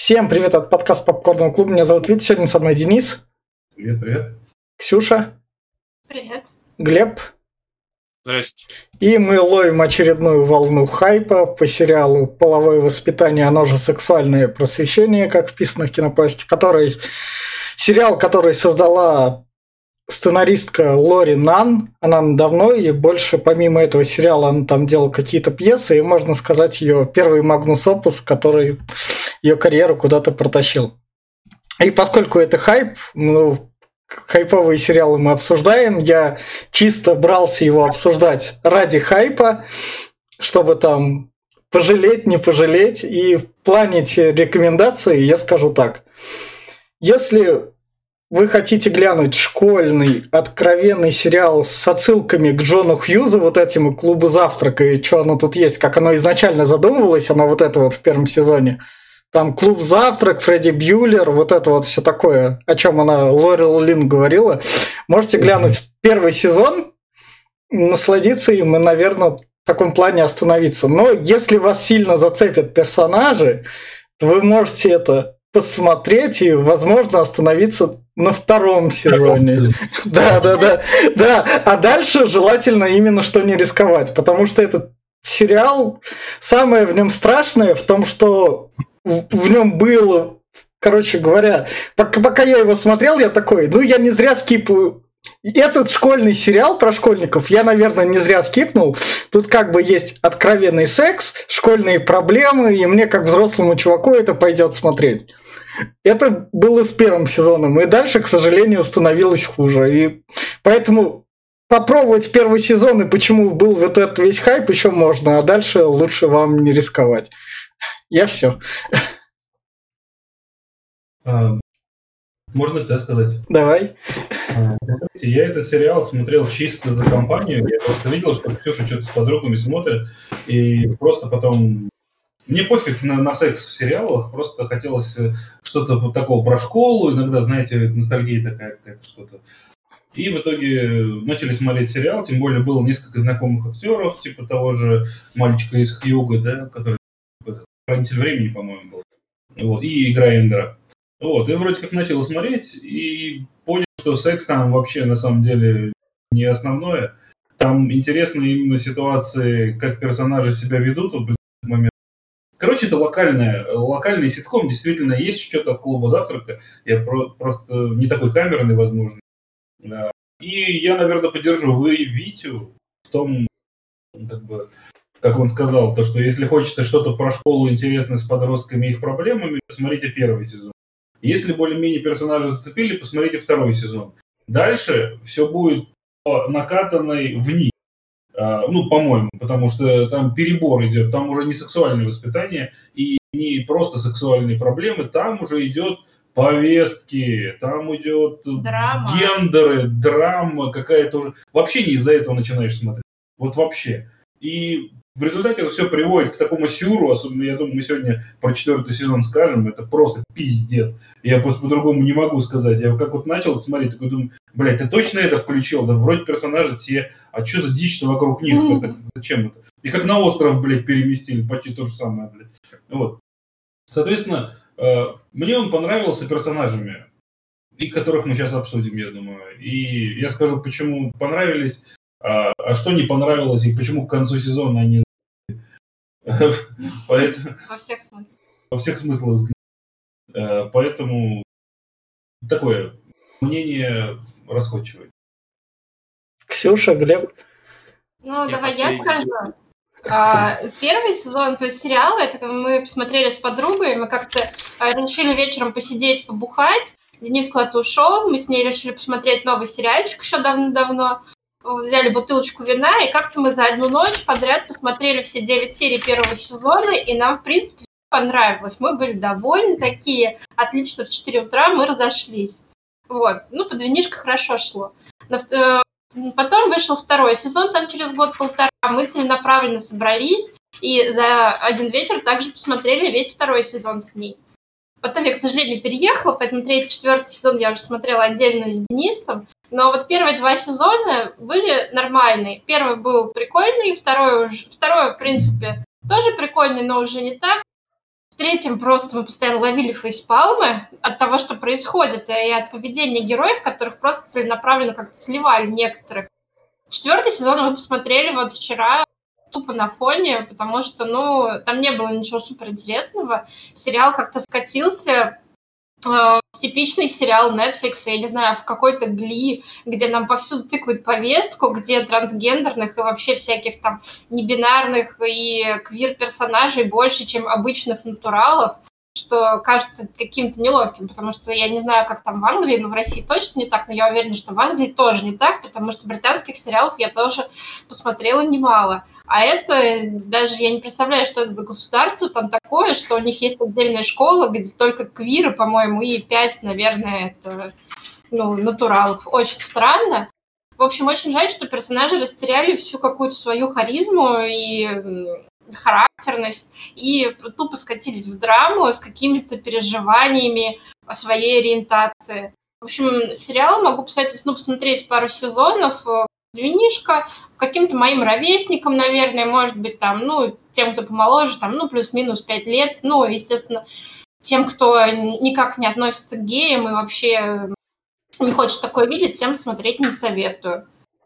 Всем привет от подкаста Попкорного клуба. Меня зовут Витя. Сегодня со мной Денис. Привет. Ксюша. Привет. Глеб. Здрасте. И мы ловим очередную волну хайпа по сериалу «Половое воспитание, оно же сексуальное просвещение», как вписано в Кинопоиске, сериал, который создала сценаристка Лори Нан. Она давно, и больше помимо этого сериала она там делала какие-то пьесы, и можно сказать, ее первый магнус опус, который ее карьеру куда-то протащил. И поскольку это хайп, хайповые сериалы мы обсуждаем, я чисто брался его обсуждать ради хайпа, чтобы там пожалеть, не пожалеть. И в плане рекомендаций я скажу так. Если вы хотите глянуть школьный, откровенный сериал с отсылками к Джону Хьюзу, вот этим и «Клубу завтрака», и что оно тут есть, как оно изначально задумывалось, оно вот это вот в первом сезоне. Там «Клуб завтрак», Фредди Бьюлер, вот это вот все такое, о чем она, Лорел Лин, говорила. Можете глянуть первый сезон, насладиться им и, наверное, в таком плане остановиться. Но если вас сильно зацепят персонажи, то вы можете это посмотреть и, возможно, остановиться на втором сезоне. Да. А дальше желательно именно что не рисковать, потому что этот сериал, самое в нем страшное в том, что в нем было, короче говоря, пока я его смотрел, я такой, я не зря скипаю. Этот школьный сериал про школьников я, наверное, не зря скипнул. Тут как бы есть откровенный секс, школьные проблемы, и мне, как взрослому чуваку, это пойдет смотреть. Это было с первым сезоном, и дальше, к сожалению, становилось хуже. И поэтому попробовать первый сезон и почему был вот этот весь хайп еще можно, а дальше лучше вам не рисковать. Я все. Можно это сказать? Давай. Смотрите, я этот сериал смотрел чисто за компанию. Я просто видел, что Ксюша что-то с подругами смотрит, и просто потом... Мне пофиг на секс в сериалах, просто хотелось что-то такого про школу, иногда, знаете, ностальгия такая какая-то, что-то. И в итоге начали смотреть сериал, тем более было несколько знакомых актеров, типа того же мальчика из Хьюга, да, который «Хранитель времени», по-моему, был. Вот, и игра Эндера. Вот, и вроде как начал смотреть, и понял, что секс там вообще на самом деле не основное. Там интересны именно ситуации, как персонажи себя ведут в определенный момент. Короче, это локальный ситком, действительно есть что-то от «Клуба завтрака». Я просто не такой камерный, возможно. И я, наверное, поддержу Витю в том, как он сказал, то, что если хочется что-то про школу интересное с подростками и их проблемами, посмотрите первый сезон. Если более-менее персонажи зацепили, посмотрите второй сезон. Дальше все будет по накатанной вниз. По-моему, потому что там перебор идет, там уже не сексуальное воспитание и не просто сексуальные проблемы, там уже идет повестки, там идет гендеры, драма какая-то уже. Вообще не из-за этого начинаешь смотреть. Вот вообще. И в результате это все приводит к такому сюру, особенно, я думаю, мы сегодня про 4-й сезон скажем, это просто пиздец. Я просто по-другому не могу сказать. Я как вот начал смотреть, такой думаю, блядь, ты точно это включил? Да вроде персонажи те, а что за дичь-то вокруг них? Зачем это? И как на остров, блядь, переместили, почти то же самое, блядь. Вот. Соответственно, мне он понравился персонажами, и которых мы сейчас обсудим, я думаю. И я скажу, почему понравились, а что не понравилось, и почему к концу сезона они... Во всех смыслах. Во всех смыслах. Поэтому такое мнение расходчивое. Ксюша, Глеб. Давай я скажу. Первый сезон, то есть сериал, это мы посмотрели с подругой, мы как-то решили вечером посидеть, побухать. Денис куда-то ушел, мы с ней решили посмотреть новый сериальчик еще давно-давно. Взяли бутылочку вина, и как-то мы за одну ночь подряд посмотрели все 9 серий первого сезона, и нам, в принципе, понравилось. Мы были довольны такие. Отлично, в 4 утра мы разошлись. Вот. Под винишко хорошо шло. Потом вышел второй сезон, там через год-полтора. Мы целенаправленно собрались, и за один вечер также посмотрели весь второй сезон с ней. Потом я, к сожалению, переехала, поэтому 3-4 сезон я уже смотрела отдельно с Денисом. Но вот первые 2 сезона были нормальные. Первый был прикольный, второй, в принципе, тоже прикольный, но уже не так. третьем просто мы постоянно ловили фейспалмы от того, что происходит, и от поведения героев, которых просто целенаправленно как-то сливали некоторых. 4-й сезон мы посмотрели вот вчера тупо на фоне, потому что, там не было ничего суперинтересного. Сериал как-то скатился в типичный сериал Netflix, я не знаю, в какой-то Гли, где нам повсюду тыкают повестку, где трансгендерных и вообще всяких там небинарных и квир-персонажей больше, чем обычных натуралов, что кажется каким-то неловким, потому что я не знаю, как там в Англии, но в России точно не так, но я уверена, что в Англии тоже не так, потому что британских сериалов я тоже посмотрела немало. А это даже я не представляю, что это за государство там такое, что у них есть отдельная школа, где только квиры, по-моему, и 5, наверное, это натуралов. Очень странно. В общем, очень жаль, что персонажи растеряли всю какую-то свою харизму и характерность и тупо скатились в драму с какими-то переживаниями о своей ориентации. В общем, сериал могу посоветовать, посмотреть пару сезонов, винишко, каким-то моим ровесникам, наверное, может быть, там, тем, кто помоложе, там, плюс-минус 5 лет, естественно, тем, кто никак не относится к геям и вообще не хочет такое видеть, тем смотреть не советую.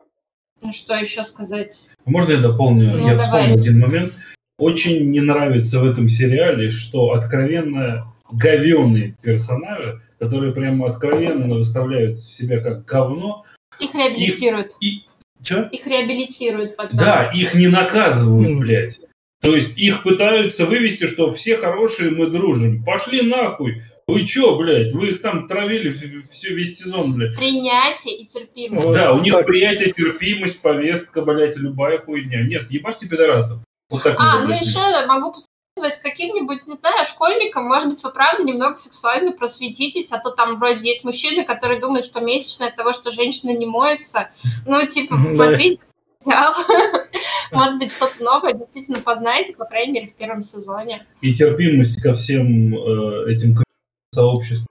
Что еще сказать? Можно я дополню? Я давай. вспомнил один момент. Очень не нравится в этом сериале, что откровенно говёные персонажи, которые прямо откровенно выставляют себя как говно. Их реабилитируют. Чё? Их реабилитируют потом. Да, их не наказывают, блядь. То есть их пытаются вывести, что все хорошие, мы дружим. Пошли нахуй. Вы чё, блядь? Вы их там травили весь сезон, блядь. Принятие и терпимость. Да, у них принятие, терпимость, повестка, блядь, любая хуйня. Нет, ебашьте пидорасов. Вот так еще могу посоветовать каким-нибудь, не знаю, школьникам, может быть, вы правда немного сексуально просветитесь, а то там вроде есть мужчины, которые думают, что месячное от того, что женщина не моется. Посмотрите сериал. Может быть, что-то новое действительно познаете, по крайней мере, в первом сезоне. И терпимость ко всем этим сообществам.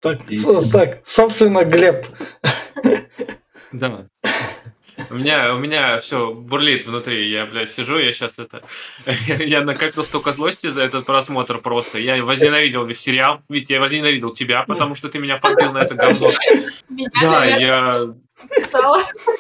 Так, собственно, Глеб. Да. У меня все бурлит внутри. Я, сижу, я сейчас я накопил столько злости за этот просмотр просто. Я возненавидел весь сериал, ведь я возненавидел тебя, потому что ты меня подбил на это говно. Да, я писала.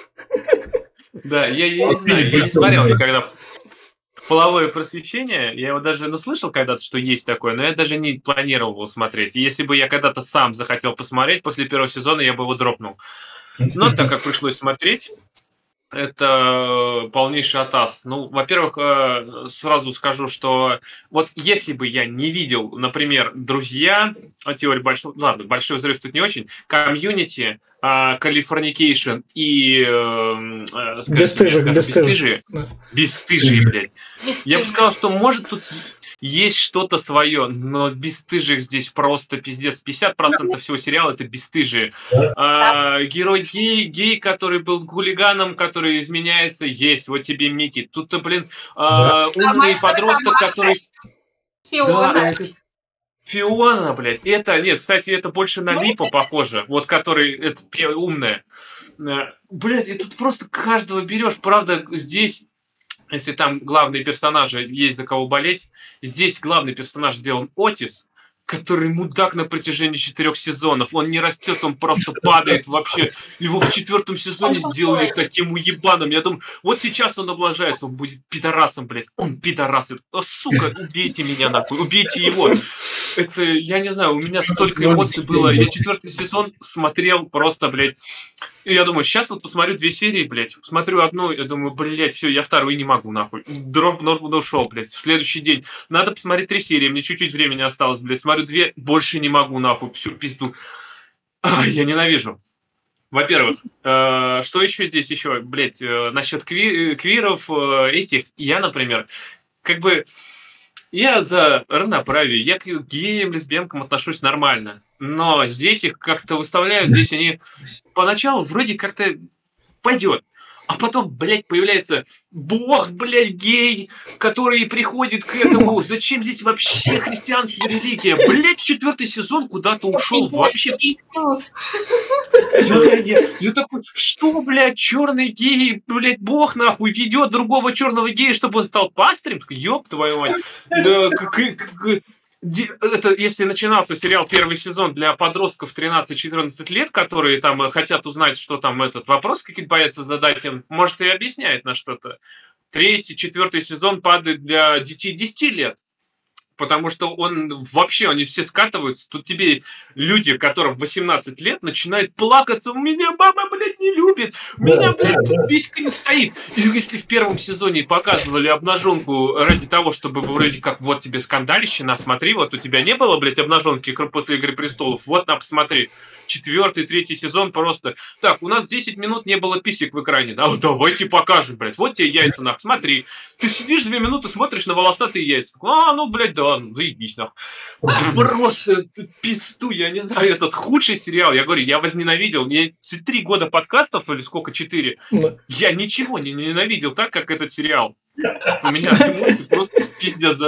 Да, я не знаю, я не смотрел никогда половое просвещение. Я его даже слышал когда-то, что есть такое, но я даже не планировал его смотреть. И если бы я когда-то сам захотел посмотреть, после первого сезона я бы его дропнул. Но так как пришлось смотреть, это полнейший атас. Во-первых, сразу скажу, что вот если бы я не видел, например, «Друзья», «Теория большого...» Ладно, «Большой взрыв» тут не очень, «Комьюнити», «Калифорникейшн» и... «Бесстыжие», блядь. Я бы сказал, что может тут... Есть что-то свое, но бесстыжих здесь просто пиздец. 50% всего сериала это бесстыжие. Герой гей, который был хулиганом, который изменяется, есть. Вот тебе Микки. Тут-то, умный подросток, который... Фиона. Фиона, блядь. Нет, кстати, это больше на Липа похоже. Вот который, это умная. Блядь, и тут просто каждого берешь. Правда, здесь... Если там главные персонажи есть за кого болеть, здесь главный персонаж сделан Отис, который мудак на протяжении 4 сезонов. Он не растет, он просто падает вообще. Его в 4 сезоне сделали таким уебаном. Я думаю, вот сейчас он облажается, он будет пидорасом, блядь. Он пидорас. Сука, убейте меня нахуй, убейте его. Это, я не знаю, у меня столько эмоций было. Я 4 сезон смотрел просто, блядь. И я думаю, сейчас вот посмотрю 2 серии, блядь. Смотрю одну, я думаю, блядь, все, я вторую не могу, нахуй. Ушел, блядь. В следующий день. Надо посмотреть 3 серии, мне чуть-чуть времени осталось, блядь. Смотрю 2, больше не могу, нахуй. Всю пизду. Я ненавижу. Во-первых, что еще здесь еще, блядь, насчет квиров этих. Я, например, я за равноправие, я к геям, лесбиянкам отношусь нормально. Но здесь их как-то выставляют, здесь они поначалу вроде как-то пойдет. А потом, блядь, появляется бог, блядь, гей, который приходит к этому. Зачем здесь вообще христианская религия? Блядь, 4 сезон куда-то ушел вообще. Я такой, что, блядь, черный гей, блядь, бог нахуй ведет другого черного гея, чтобы он стал пастырем? Ёб твою мать. это если начинался сериал первый сезон для подростков 13-14 лет, которые там хотят узнать, что там этот вопрос какие-то боятся задать им, может и объясняет на что-то. 3-й, 4-й сезон падает для детей 10 лет. Потому что они все скатываются. Тут тебе люди, которым 18 лет, начинают плакаться. У меня мама, блядь, не любит. У меня, блядь, писька не стоит. И если в первом сезоне показывали обнаженку ради того, чтобы вроде как вот тебе скандалище, на, смотри, вот у тебя не было, блядь, обнаженки после «Игры престолов», вот на, посмотри. 4-й, 3-й сезон просто. Так, у нас 10 минут не было писек в экране. Да, давайте покажем, блядь. Вот тебе яйца, нахуй. Смотри. Ты сидишь 2 минуты, смотришь на волосатые яйца. Блядь, да, заебись, нахуй. Просто пизду, я не знаю, этот худший сериал. Я говорю, я возненавидел. Мне 3 года подкастов, или сколько, 4. Я ничего не ненавидел так, как этот сериал. У меня эмоции просто пиздец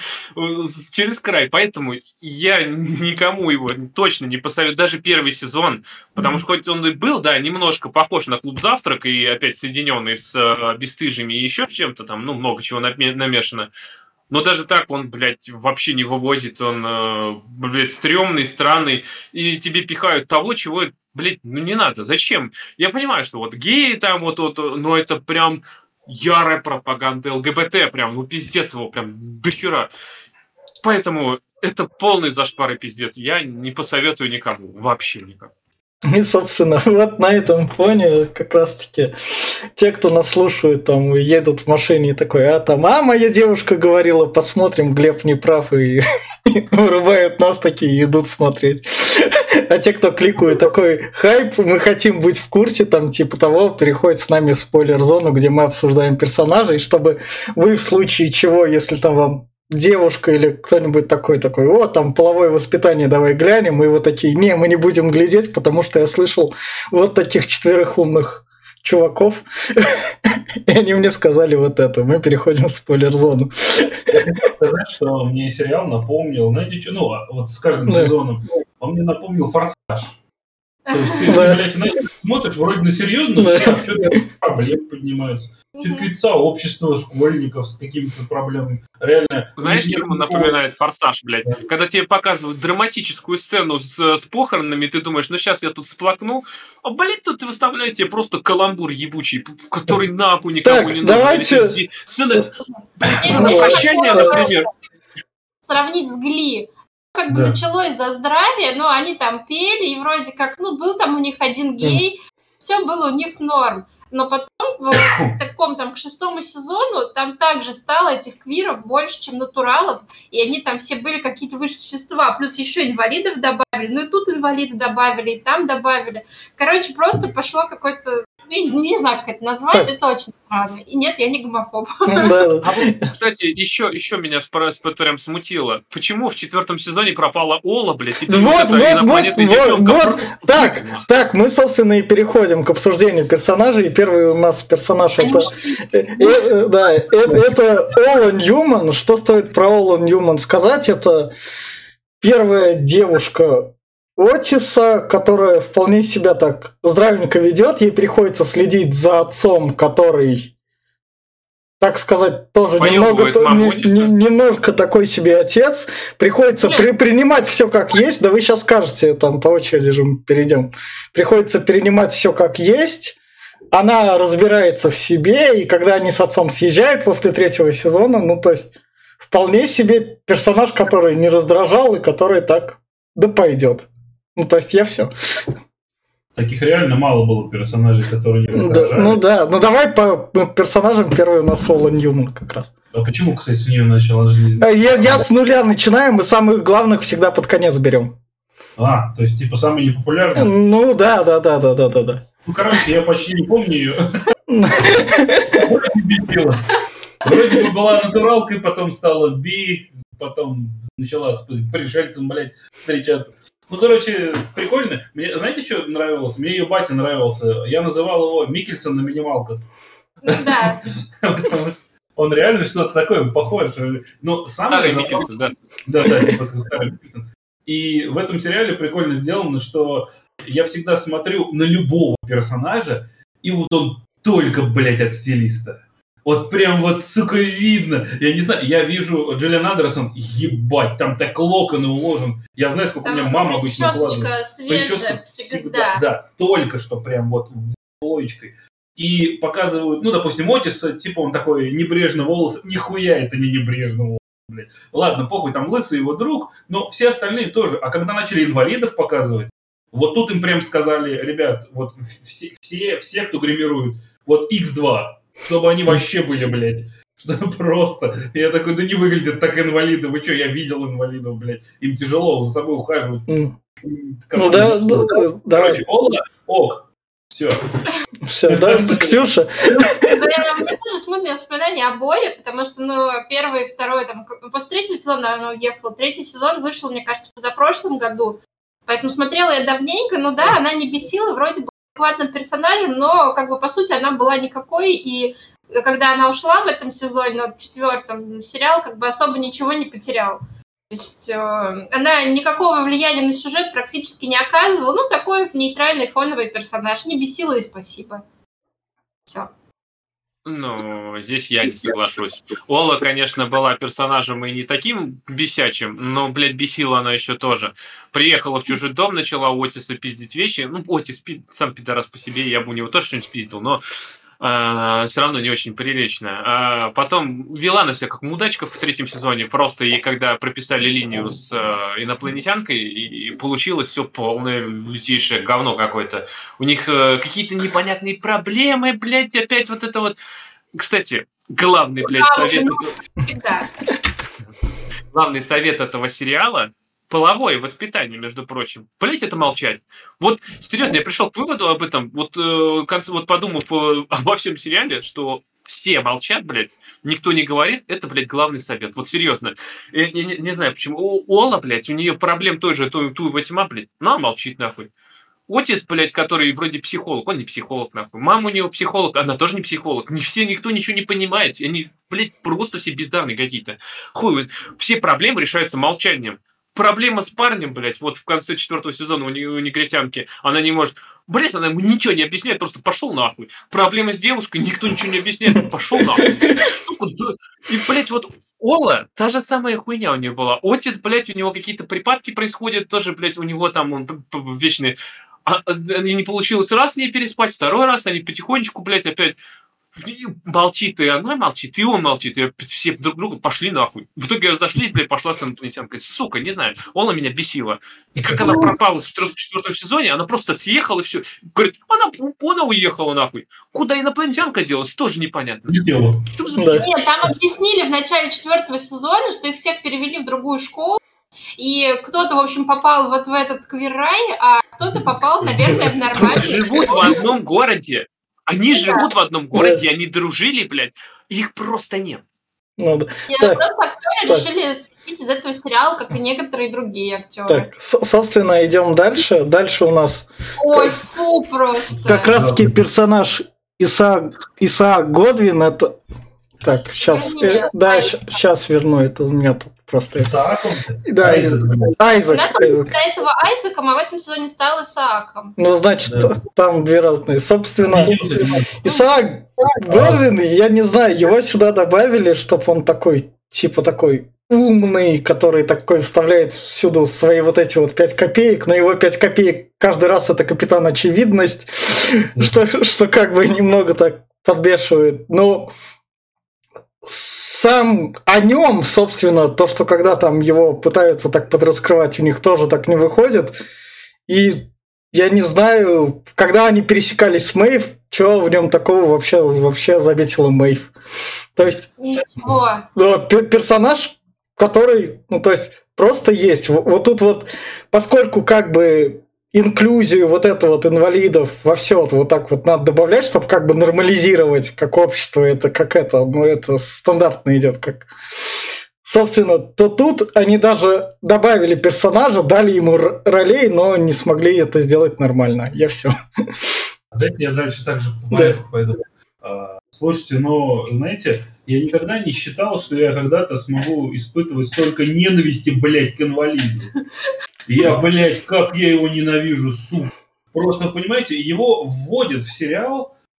через край. Поэтому я никому его точно не посоветую. Даже первый сезон. Потому что хоть он и был, да, немножко похож на «Клуб Завтрак» и опять соединенный с «Бесстыжими» и еще чем-то там, много чего намешано. Но даже так он, блядь, вообще не вывозит. Он, блядь, стрёмный, странный. И тебе пихают того, чего, блядь, не надо. Зачем? Я понимаю, что вот геи там, но это прям ярая пропаганда ЛГБТ. Прям, пиздец его, прям дохера. Поэтому это полный зашквар и пиздец. Я не посоветую никому. Вообще никому. И, собственно, вот на этом фоне как раз-таки те, кто нас слушают, там, едут в машине и такой, моя девушка говорила, посмотрим, Глеб не прав, и вырубают нас такие и идут смотреть. А те, кто кликают такой хайп, мы хотим быть в курсе, там, типа того, переходят с нами в спойлер-зону, где мы обсуждаем персонажей, чтобы вы в случае чего, если там вам девушка или кто-нибудь такой, там половое воспитание, давай глянем, и вы такие, не, мы не будем глядеть, потому что я слышал вот таких 4 умных чуваков, и они мне сказали вот это, мы переходим в спойлер-зону. Я хотел сказать, что мне сериал напомнил, знаете что, вот с каждым сезоном, он мне напомнил «Форсаж». То есть ты, блядь, смотришь, вроде на серьезно, что-то проблемы поднимаются. Что-то какое-то сообщество школьников с какими-то проблемами. Реально. Знаешь, чем он напоминает «Форсаж», блядь? Да. Когда тебе показывают драматическую сцену с похоронами, ты думаешь, сейчас я тут сплакну, блядь, тут выставляют тебе просто каламбур ебучий, который нахуй никому не нужен. Давайте... Прощание, например. Сравнить с «Гли». Как бы началось за здравие, но они там пели, и вроде как, был там у них один гей, все было у них норм. Но потом в таком там к 6-му сезону там также стало этих квиров больше, чем натуралов, и они там все были какие-то высшие существа, плюс еще инвалидов добавили, и тут инвалиды добавили, и там добавили. Короче, просто пошло какой-то... Не знаю, как это назвать, это очень странно. И нет, я не гомофоб. А вот, кстати, еще меня прям смутило. Почему в 4-м сезоне пропала Ола, блядь? Вот. Так, мы, собственно, и переходим к обсуждению персонажей. И первый у нас персонаж это Ола Ньюман. Что стоит про Олу Ньюман сказать? Это первая девушка Отиса, которая вполне себя так здравенько ведет, ей приходится следить за отцом, который, так сказать, тоже немножко такой себе отец. Приходится принимать все как есть. Да вы сейчас скажете, там по очереди же перейдем. Приходится принимать все как есть. Она разбирается в себе, и когда они с отцом съезжают после 3-го сезона, то есть вполне себе персонаж, который не раздражал и который так пойдет. То есть я все. Таких реально мало было персонажей, которые не раздражали. Давай по персонажам. Первый у нас Ола Ньюман как раз. А почему, кстати, с нее начала жизнь? Я с нуля начинаю, мы самых главных всегда под конец берем. То есть типа самый непопулярный? Да. Короче, я почти не помню ее. Вроде бы была натуралкой, потом стала би, потом начала с пришельцем, блядь, встречаться. Короче, прикольно. Мне, знаете, что нравилось? Мне ее батя нравился. Я называл его Микельсон на минималках. Да. Потому что он реально что-то такое похож. Но старый Микельсон, да. Да, типа как старый Микельсон. И в этом сериале прикольно сделано, что я всегда смотрю на любого персонажа, и вот он только, блядь, от стилиста. Вот прям вот, сука, видно. Я не знаю, я вижу Джиллиан Андерсон, ебать, там так локоны уложен. Я знаю, сколько Там у меня мама обычно укладывает. причесочка свежая всегда. Да, только что прям вот плоечкой. И показывают, ну, допустим, Отиса, типа он такой небрежный волос. Нихуя это не небрежный волос, блядь. Ладно, похуй, там Лысый его друг, но все остальные тоже. А когда начали инвалидов показывать, вот тут им прям сказали, ребят, вот все, кто гримирует, вот X2, чтобы они вообще были, блядь. Что просто. Я такой, да не выглядят так инвалиды. Вы что, я видел инвалидов, блядь. Им тяжело за собой ухаживать. Ну да. Короче, Ола, ок. Все. Все, да, Ксюша? У меня тоже смутные воспоминания о Боле, потому что, первый, второй, там, после третьего сезона она уехала. Третий сезон вышел, мне кажется, позапрошлом году. Поэтому смотрела я давненько. Ну да, она не бесила, вроде бы адекватным персонажем, но, как бы, по сути, она была никакой. И когда она ушла в этом сезоне, в четвертом, сериал как бы особо ничего не потерял. То есть она никакого влияния на сюжет практически не оказывала. Ну, такой нейтральный фоновый персонаж. Не бесила и спасибо. Все. Ну, здесь я не соглашусь. Ола, конечно, была персонажем и не таким бесячим, но, блядь, бесила она еще тоже. Приехала в чужой дом, начала у Отиса пиздить вещи. Ну, Отис сам пидорас по себе, я бы у него тоже что-нибудь пиздил, но все равно не очень прилично. Потом вела на себя как мудачка в третьем сезоне, просто ей когда прописали линию с инопланетянкой, и получилось все полное лютейшее говно какое-то. У них какие-то непонятные проблемы, блядь, опять вот это вот. Кстати, главный, блядь, совет... Главный совет этого сериала — половое воспитание, между прочим. Блять, это молчать. Вот, серьезно, я пришел к выводу об этом, вот подумав обо всем сериале, что все молчат, блядь, никто не говорит, это, блядь, главный совет. Вот серьезно. Я не знаю, почему. Ола, блядь, у нее проблем той же Туева тьма, блядь, но молчит, нахуй. Отис, блядь, который вроде психолог, он не психолог, нахуй. Мама у него психолог, она тоже не психолог. Никто ничего не понимает. Они, блядь, просто все бездарные какие-то. Хуй, все проблемы решаются молчанием. Проблема с парнем, блядь, вот в конце четвертого сезона у негритянки, она не может... Блядь, она ему ничего не объясняет, просто пошел нахуй. Проблема с девушкой, никто ничего не объясняет, пошел нахуй. И, блядь, вот Ола, та же самая хуйня у нее была. Отис, блядь, у него какие-то припадки происходят, тоже, блядь, у него там он вечный... не получилось раз с ней переспать, второй раз они потихонечку, блядь, опять... Молчит, и она молчит, и он молчит, и все друг друга пошли нахуй. В итоге разошлись, блядь, пошла с инопланетянкой. Сука, не знаю, Ола меня бесила. И как она пропала в четвертом сезоне, она просто съехала и все. Говорит, она уехала нахуй. Куда инопланетянка делась, тоже непонятно. Не дело. Нет, там объяснили в начале четвертого сезона, что их всех перевели в другую школу, и кто-то, в общем, попал вот в этот квир-рай, а кто-то попал, наверное, в нормальный. Живут в одном городе. Они живут в одном городе, они дружили, блядь, их просто нет. Просто актеры решили светить из этого сериала, как и некоторые другие актеры. Так, собственно, идем дальше. Дальше у нас... Ой, фу, просто. Как раз-таки персонаж Исаак Годвин, это... Так, сейчас... сейчас верну, это у меня тут просто... Исааком? Да, Айзек. У нас до этого Айзеком, а в этом сезоне стал Исааком. Ну, значит, там две разные. Собственно, Исаак Годвин, я не знаю, его сюда добавили, чтобы он такой, типа такой умный, который такой вставляет всюду свои вот эти вот 5 копеек, но его 5 копеек каждый раз это капитан очевидность, что как бы немного так подбешивает. Но сам о нем, собственно, то, что когда там его пытаются так подраскрывать, у них тоже так не выходит. И я не знаю, когда они пересекались с Мэйв, что в нем такого вообще заметила Мэйв. То есть персонаж, который, ну, то есть просто есть. Вот тут вот, поскольку как бы инклюзию вот это вот инвалидов во все вот так вот надо добавлять, чтобы как бы нормализировать как общество, это как это, ну это стандартно идет как. Собственно, то тут они даже добавили персонажа, дали ему ролей, но не смогли это сделать нормально. Я все. Дайте я дальше также по порядку пойду. Слушайте, но, знаете, я никогда не считал, что я когда-то смогу испытывать столько ненависти, блядь, к инвалиду. Я, блядь, как я его ненавижу, сука. Просто, понимаете, его вводят в сериал с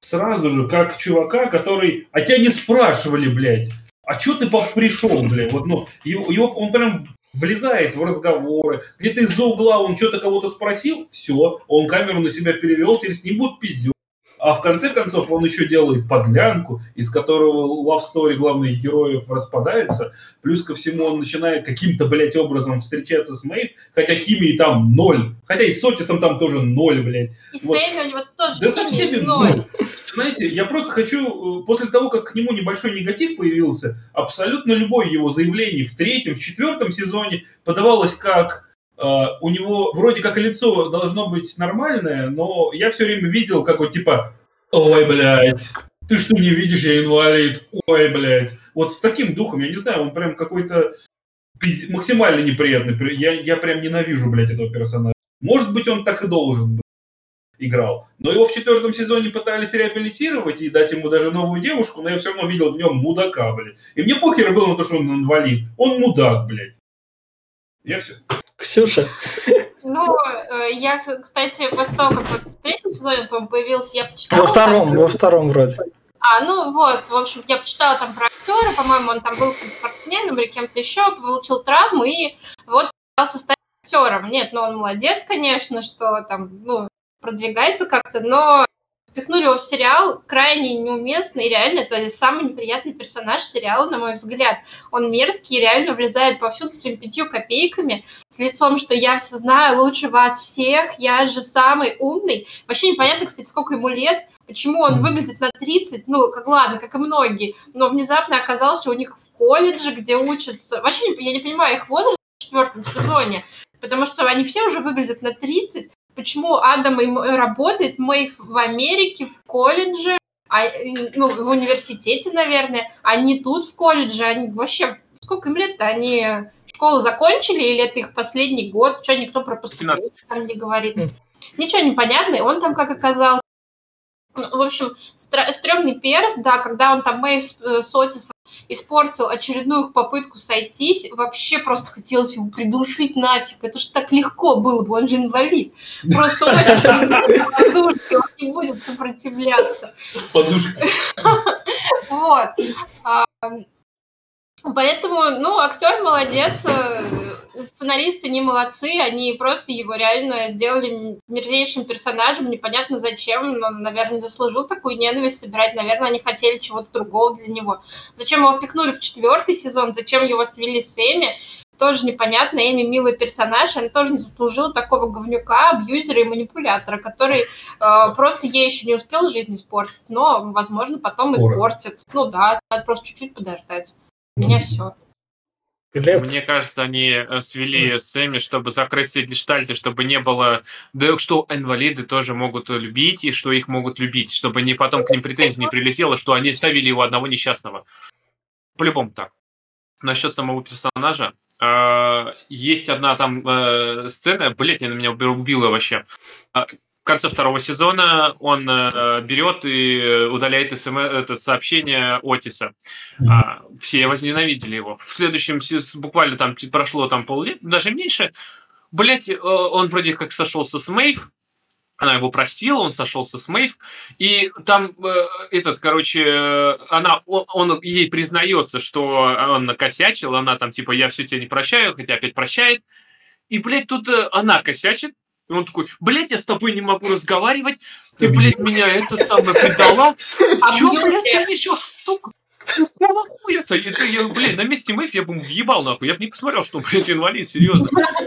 сразу же, как чувака, который... А тебя не спрашивали, блядь. А чё ты пришел, блядь? Вот, ну, он прям влезает в разговоры. Где-то из-за угла он что-то кого-то спросил, все, он камеру на себя перевел, теперь с ним будут пиздёж. А в конце концов он еще делает подлянку, из которого love story главных героев распадается. Плюс ко всему он начинает каким-то, блядь, образом встречаться с Мэйв, хотя химии там 0. Хотя и с Отисом там тоже 0, блядь. И вот. Сэмми у него тоже да со всеми 0. Знаете, я просто хочу, после того, как к нему небольшой негатив появился, абсолютно любое его заявление в 3-м, в 4-м сезоне подавалось как... у него вроде как лицо должно быть нормальное, но я все время видел, как вот типа, ой, блядь, ты что не видишь, я инвалид, ой, блядь. Вот с таким духом, я не знаю, он прям какой-то максимально неприятный. Я прям ненавижу, блядь, этого персонажа. Может быть, он так и должен быть играл. Но его в 4-м сезоне пытались реабилитировать и дать ему даже новую девушку, но я все равно видел в нем мудака, блядь. И мне похер было на то, что он инвалид. Он мудак, блядь. Я все. Ксюша. Ну, я, кстати, после того, как в 3-м сезоне, по-моему, появился, я почитала... Во втором вроде. Ну вот, в общем, я почитала там про актера, по-моему, он там был спортсменом или кем-то еще, получил травму и вот пытался стать актером. Нет, ну он молодец, конечно, что там, ну, продвигается как-то, но впихнули его в сериал крайне неуместно, и реально это самый неприятный персонаж сериала, на мой взгляд. Он мерзкий и реально влезает повсюду своими 5 копейками, с лицом, что я все знаю лучше вас всех, я же самый умный. Вообще непонятно, кстати, сколько ему лет, почему он выглядит на 30, ну, как ладно, как и многие, но внезапно оказался у них в колледже, где учатся. Вообще я не понимаю их возраст в 4-м сезоне, потому что они все уже выглядят на 30. Почему Адам работает, Мэйв в Америке, в колледже, ну, в университете, наверное, они тут в колледже, они вообще, сколько им лет-то, они школу закончили, или это их последний год, что никто про поступление там не говорит. Ничего не понятно, и он там как оказался. В общем, стрёмный перс, да, когда он там Мэйв с Отисом испортил очередную их попытку сойтись, вообще просто хотелось его придушить нафиг. Это же так легко было бы, он же инвалид. Просто Отис подушки, он не будет сопротивляться. Подушка. Вот. Поэтому, ну, актер молодец, сценаристы не молодцы, они просто его реально сделали мерзейшим персонажем, непонятно зачем, но, наверное, не заслужил такую ненависть собирать, наверное, они хотели чего-то другого для него. Зачем его впихнули в 4-й сезон, зачем его свели с Эми, тоже непонятно. Эми милый персонаж, она тоже не заслужила такого говнюка, абьюзера и манипулятора, который просто ей еще не успел жизнь испортить, но, возможно, потом испортит. Ну да, надо просто чуть-чуть подождать. У меня все. Мне кажется, они свели Сэмми, чтобы закрыть все гештальты, чтобы не было... Да что инвалиды тоже могут любить, и что их могут любить, чтобы не потом к ним претензий не прилетело, что они ставили его одного несчастного. По-любому так. Насчет самого персонажа. Есть одна там сцена, блять, она меня убила вообще. В конце 2-го сезона он берет и удаляет это сообщение Отиса. Все возненавидели его. В следующем, буквально там прошло там поллет, даже меньше. Блять, он вроде как сошелся с Мэйв. Она его простила, он сошелся с Мэйв. И там он ей признается, что он накосячил. Она там типа, я все тебя не прощаю, хотя опять прощает. И, блядь, тут она косячит. И он такой, блядь, я с тобой не могу разговаривать, ты, блядь, меня это самое предала. Чё, блядь, ты несёшь, сука? Какого хуя-то? Это я, блядь, на месте Мэйв я бы ему въебал, нахуй. Я бы не посмотрел, что он, блядь, инвалид, серьезно.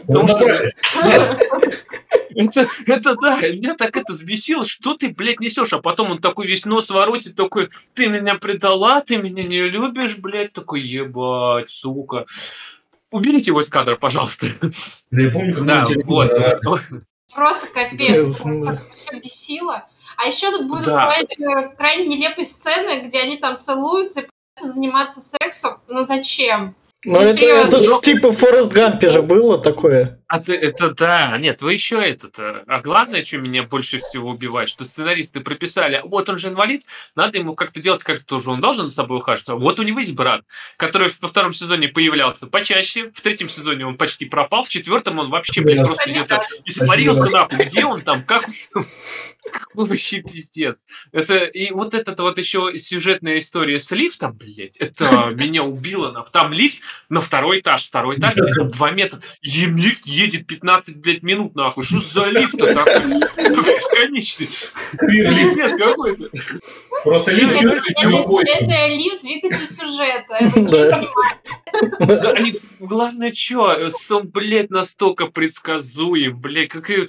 Это да, меня так это взбесило, что ты, блядь, несешь, а потом он такой весь нос воротит, такой, ты меня предала, ты меня не любишь, блядь, такой, ебать, сука. Уберите его из кадра, пожалуйста. Да я помню, как да, вот. Просто капец, просто все бесило. А еще тут будут крайне нелепые сцены, где они там целуются и пытаются заниматься сексом. Но зачем? Ну, это же типа в Форест Гампе же было такое. Это да, нет, вы еще А главное, что меня больше всего убивает, что сценаристы прописали, вот он же инвалид, надо ему как-то делать как-то уже, он должен за собой ухаживать. Вот у него есть брат, который во втором сезоне появлялся почаще, в третьем сезоне он почти пропал, в четвертом он вообще, блядь, просто где-то испарился нахуй. Где он там, как он там? Вообще пиздец. И вот эта вот еще сюжетная история с лифтом, блядь, это меня убило. Там лифт на второй этаж, блядь, там 2 метра. Лифт едет 15, блядь, минут, нахуй. Что за лифт-то такой? Бесконечный. Пиздец какой-то. Просто лифт чувствует, чего больше. Это лифт, двигатель сюжета. Главное, что? Он, блядь, настолько предсказуем, блядь,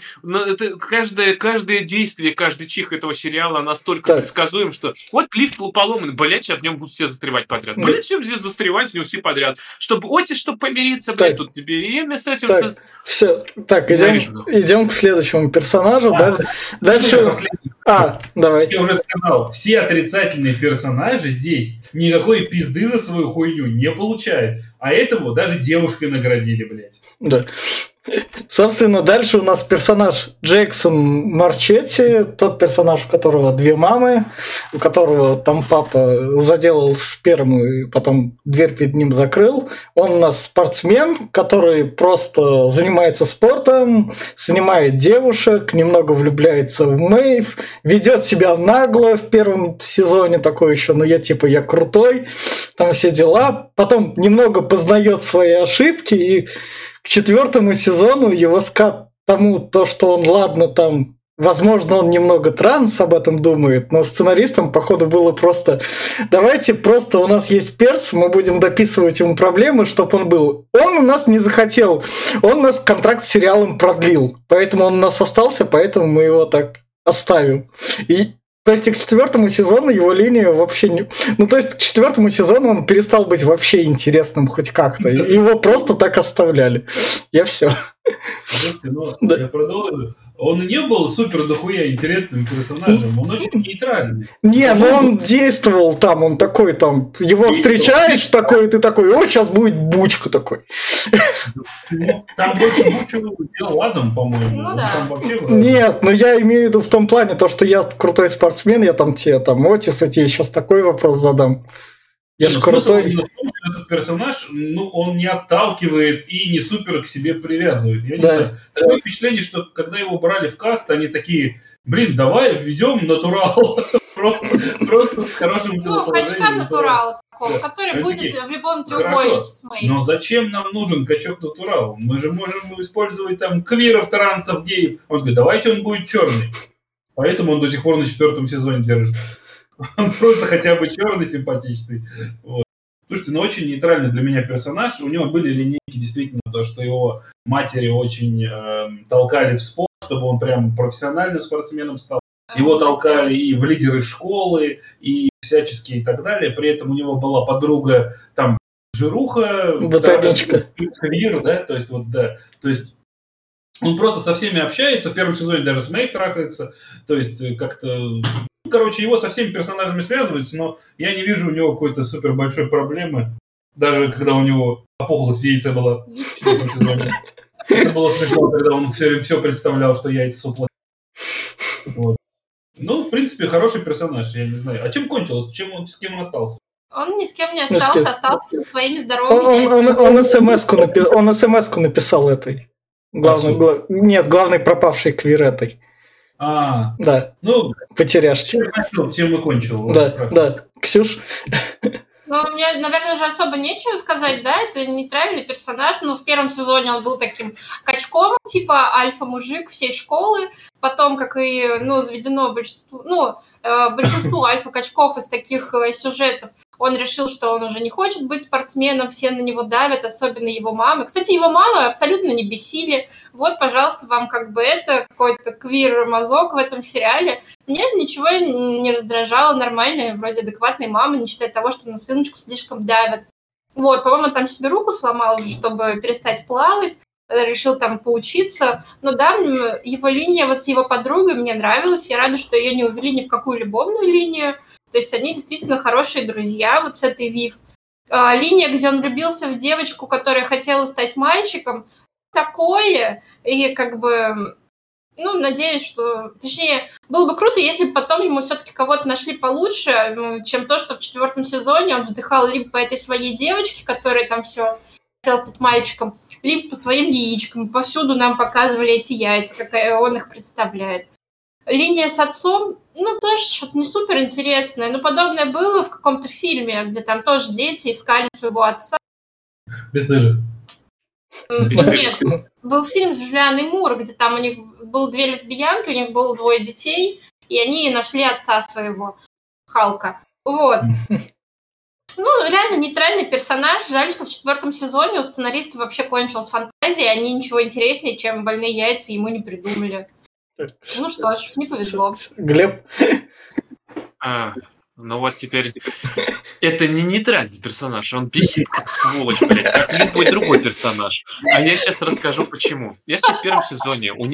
каждое действие, каждый чих этого сериала настолько предсказуем, что вот лифт поломан, блядь, сейчас в нем будут все застревать подряд. Блядь, все здесь застревать в нем все подряд. Чтобы помириться, блядь, тут тебе имя с этим... Все, так, идем к следующему персонажу. Дальше... давай. Я уже сказал, все отрицательные персонажи здесь никакой пизды за свою хуйню не получают. А этого даже девушкой наградили, блядь. Да. Собственно, дальше у нас персонаж Джексон Марчетти, тот персонаж, у которого 2 мамы, у которого там папа заделал сперму и потом дверь перед ним закрыл. Он у нас спортсмен, который просто занимается спортом, снимает девушек, немного влюбляется в Мэйв, ведет себя нагло в первом сезоне, такой еще, я крутой, там все дела. Потом немного познает свои ошибки и к 4 сезону его скат тому, что он, ладно, там, возможно, он немного транс об этом думает, но сценаристам, походу, было просто, давайте просто у нас есть перс, мы будем дописывать ему проблемы, чтобы он был. Он у нас не захотел, он у нас контракт с сериалом продлил, поэтому он у нас остался, поэтому мы его так оставим. То есть к 4 сезону его линия вообще не... к 4 сезону он перестал быть вообще интересным хоть как-то. Его просто так оставляли. Я все. Слушайте, я продолжу. Он не был супер дохуя интересным персонажем, он очень нейтральный. Он действовал там, он такой там, его встречаешь такой, и ты такой, сейчас будет бучка такой. Там больше бучу делал Адам, по-моему. Нет, я имею в виду в том плане, что я крутой спортсмен, я там Отис, я тебе сейчас такой вопрос задам. Я же крутой. Этот персонаж, он не отталкивает и не супер к себе привязывает. Я не знаю. Такое впечатление, что когда его брали в каст, они такие, давай введем натурал. Просто с хорошим телосложением. Качка натурала такого, который будет в любом треугольнике с Мэй. Но зачем нам нужен качок натурал? Мы же можем использовать там квиров, трансов, геев. Он говорит, давайте он будет черный. Поэтому он до сих пор на 4 сезоне держится. Он просто хотя бы черный, симпатичный. Вот. Слушайте, очень нейтральный для меня персонаж. У него были линейки, действительно, то, что его матери очень толкали в спорт, чтобы он прям профессиональным спортсменом стал. Его толкали и в лидеры школы, и всячески и так далее. При этом у него была подруга, там, жируха, ботаничка. Квир, да, то есть он просто со всеми общается, в первом сезоне даже с Мэйв трахается, то есть как-то... его со всеми персонажами связывается, но я не вижу у него какой-то супер большой проблемы. Даже когда у него опухолость яйца была в 4 сезоне. Это было смешно, когда он все представлял, что яйца супло. Вот. В принципе, хороший персонаж, я не знаю. А чем кончилось? С кем он остался? Он ни с кем не остался, остался со своими здоровыми яйцами. Он смс-ку написал этой. Главной пропавшей квиретой. Да. Потеряшки. Чем и кончил. Да. Ксюш? Мне, наверное, уже особо нечего сказать, да, это нейтральный персонаж, в первом сезоне он был таким качком, типа альфа-мужик всей школы, потом, как и, заведено большинству альфа-качков из таких сюжетов, он решил, что он уже не хочет быть спортсменом, все на него давят, особенно его мамы. Кстати, его мамы абсолютно не бесили. Вот, пожалуйста, вам это какой-то квир-мазок в этом сериале. Нет, ничего не раздражало, нормальная, вроде адекватная мама, не считая того, что на сыночку слишком давят. Вот, по-моему, он там себе руку сломал уже, чтобы перестать плавать, решил там поучиться. Но да, его линия с его подругой мне нравилась, я рада, что ее не увели ни в какую любовную линию. То есть они действительно хорошие друзья с этой Вив. Линия, где он влюбился в девочку, которая хотела стать мальчиком, такое, и как бы, ну, надеюсь, что... Точнее, было бы круто, если бы потом ему все-таки кого-то нашли получше, чем то, что в 4 сезоне он вздыхал либо по этой своей девочке, которая там все хотела стать мальчиком, либо по своим яичкам. Повсюду нам показывали эти яйца, как он их представляет. Линия с отцом, ну, тоже что-то не супер интересное, но подобное было в каком-то фильме, где там тоже дети искали своего отца. Бесстыжих. Нет, был фильм с Джулианой Мур, где там у них было 2 лесбиянки, у них было 2 детей, и они нашли отца своего, Халка. Вот. Ну, реально нейтральный персонаж. Жаль, что в 4 сезоне у сценаристов вообще кончилась фантазия, они ничего интереснее, чем больные яйца, ему не придумали. Ну что ж, не повезло. Глеб? Ну вот теперь... Это не нейтральный персонаж, он бесит как сволочь, блядь, как любой другой персонаж. А я сейчас расскажу почему. Если в 1 сезоне у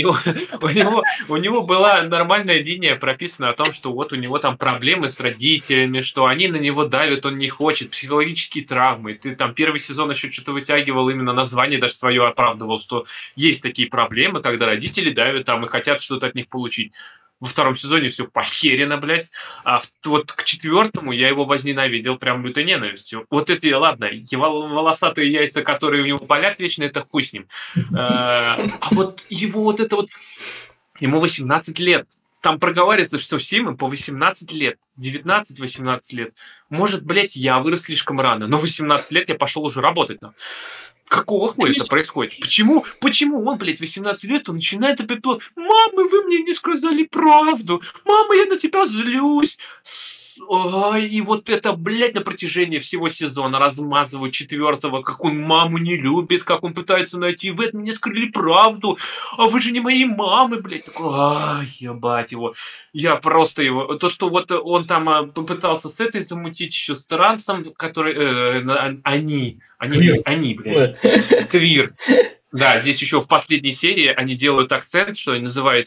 него была нормальная линия прописана о том, что вот у него там проблемы с родителями, что они на него давят, он не хочет, психологические травмы. Ты там 1 сезон еще что-то вытягивал, именно название даже свое оправдывал, что есть такие проблемы, когда родители давят там и хотят что-то от них получить. Во 2 сезоне все похерено, блядь. А вот к 4 я его возненавидел прям лютой ненавистью. Вот эти, ладно, эти волосатые яйца, которые у него болят вечно, это хуй с ним. А вот его вот это вот... Ему 18 лет. Там проговаривается, что всем им по 18 лет. 19-18 лет. Может, блядь, я вырос слишком рано, но 18 лет я пошел уже работать. Какого хуя это происходит? Почему он, блядь, 18 лет, он начинает опять... Мама, вы мне не сказали правду. Мама, я на тебя злюсь. Ой, и вот это, блядь, на протяжении всего сезона размазывают 4-го, как он маму не любит, как он пытается найти. Вы от меня скрыли правду. А вы же не мои мамы, блядь. Такой, ай, ебать его. Я просто его... То, что вот он там попытался с этой замутить еще с трансом, который... Они, блядь. Квир. Да, здесь еще в последней серии они делают акцент, что они называют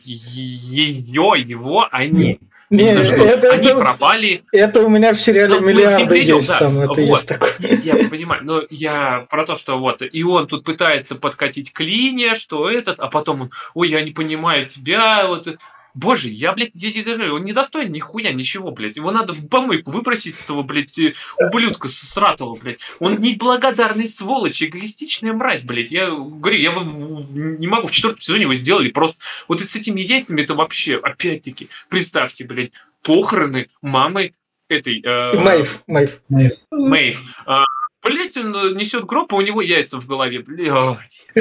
его, они. Не, они пропали. Это у меня в сериале «Миллиарды» есть, да. Там это вот, есть такое. Я понимаю, но я про то, что вот, и он тут пытается подкатить к линии, что этот, а потом он, ой, я не понимаю тебя, вот... Боже, я, блядь, он не достоин нихуя, ничего, блядь. Его надо в помойку выбросить, этого, блядь, ублюдка сратого, блядь. Он неблагодарный сволочь, эгоистичная мразь, блядь. Я говорю, я не могу, в 4 сезоне его сделали просто... Вот и с этими яйцами это вообще, опять-таки, представьте, блядь, похороны мамы этой... Мэйв. Блять, он несет гроб, а у него яйца в голове. Блядь.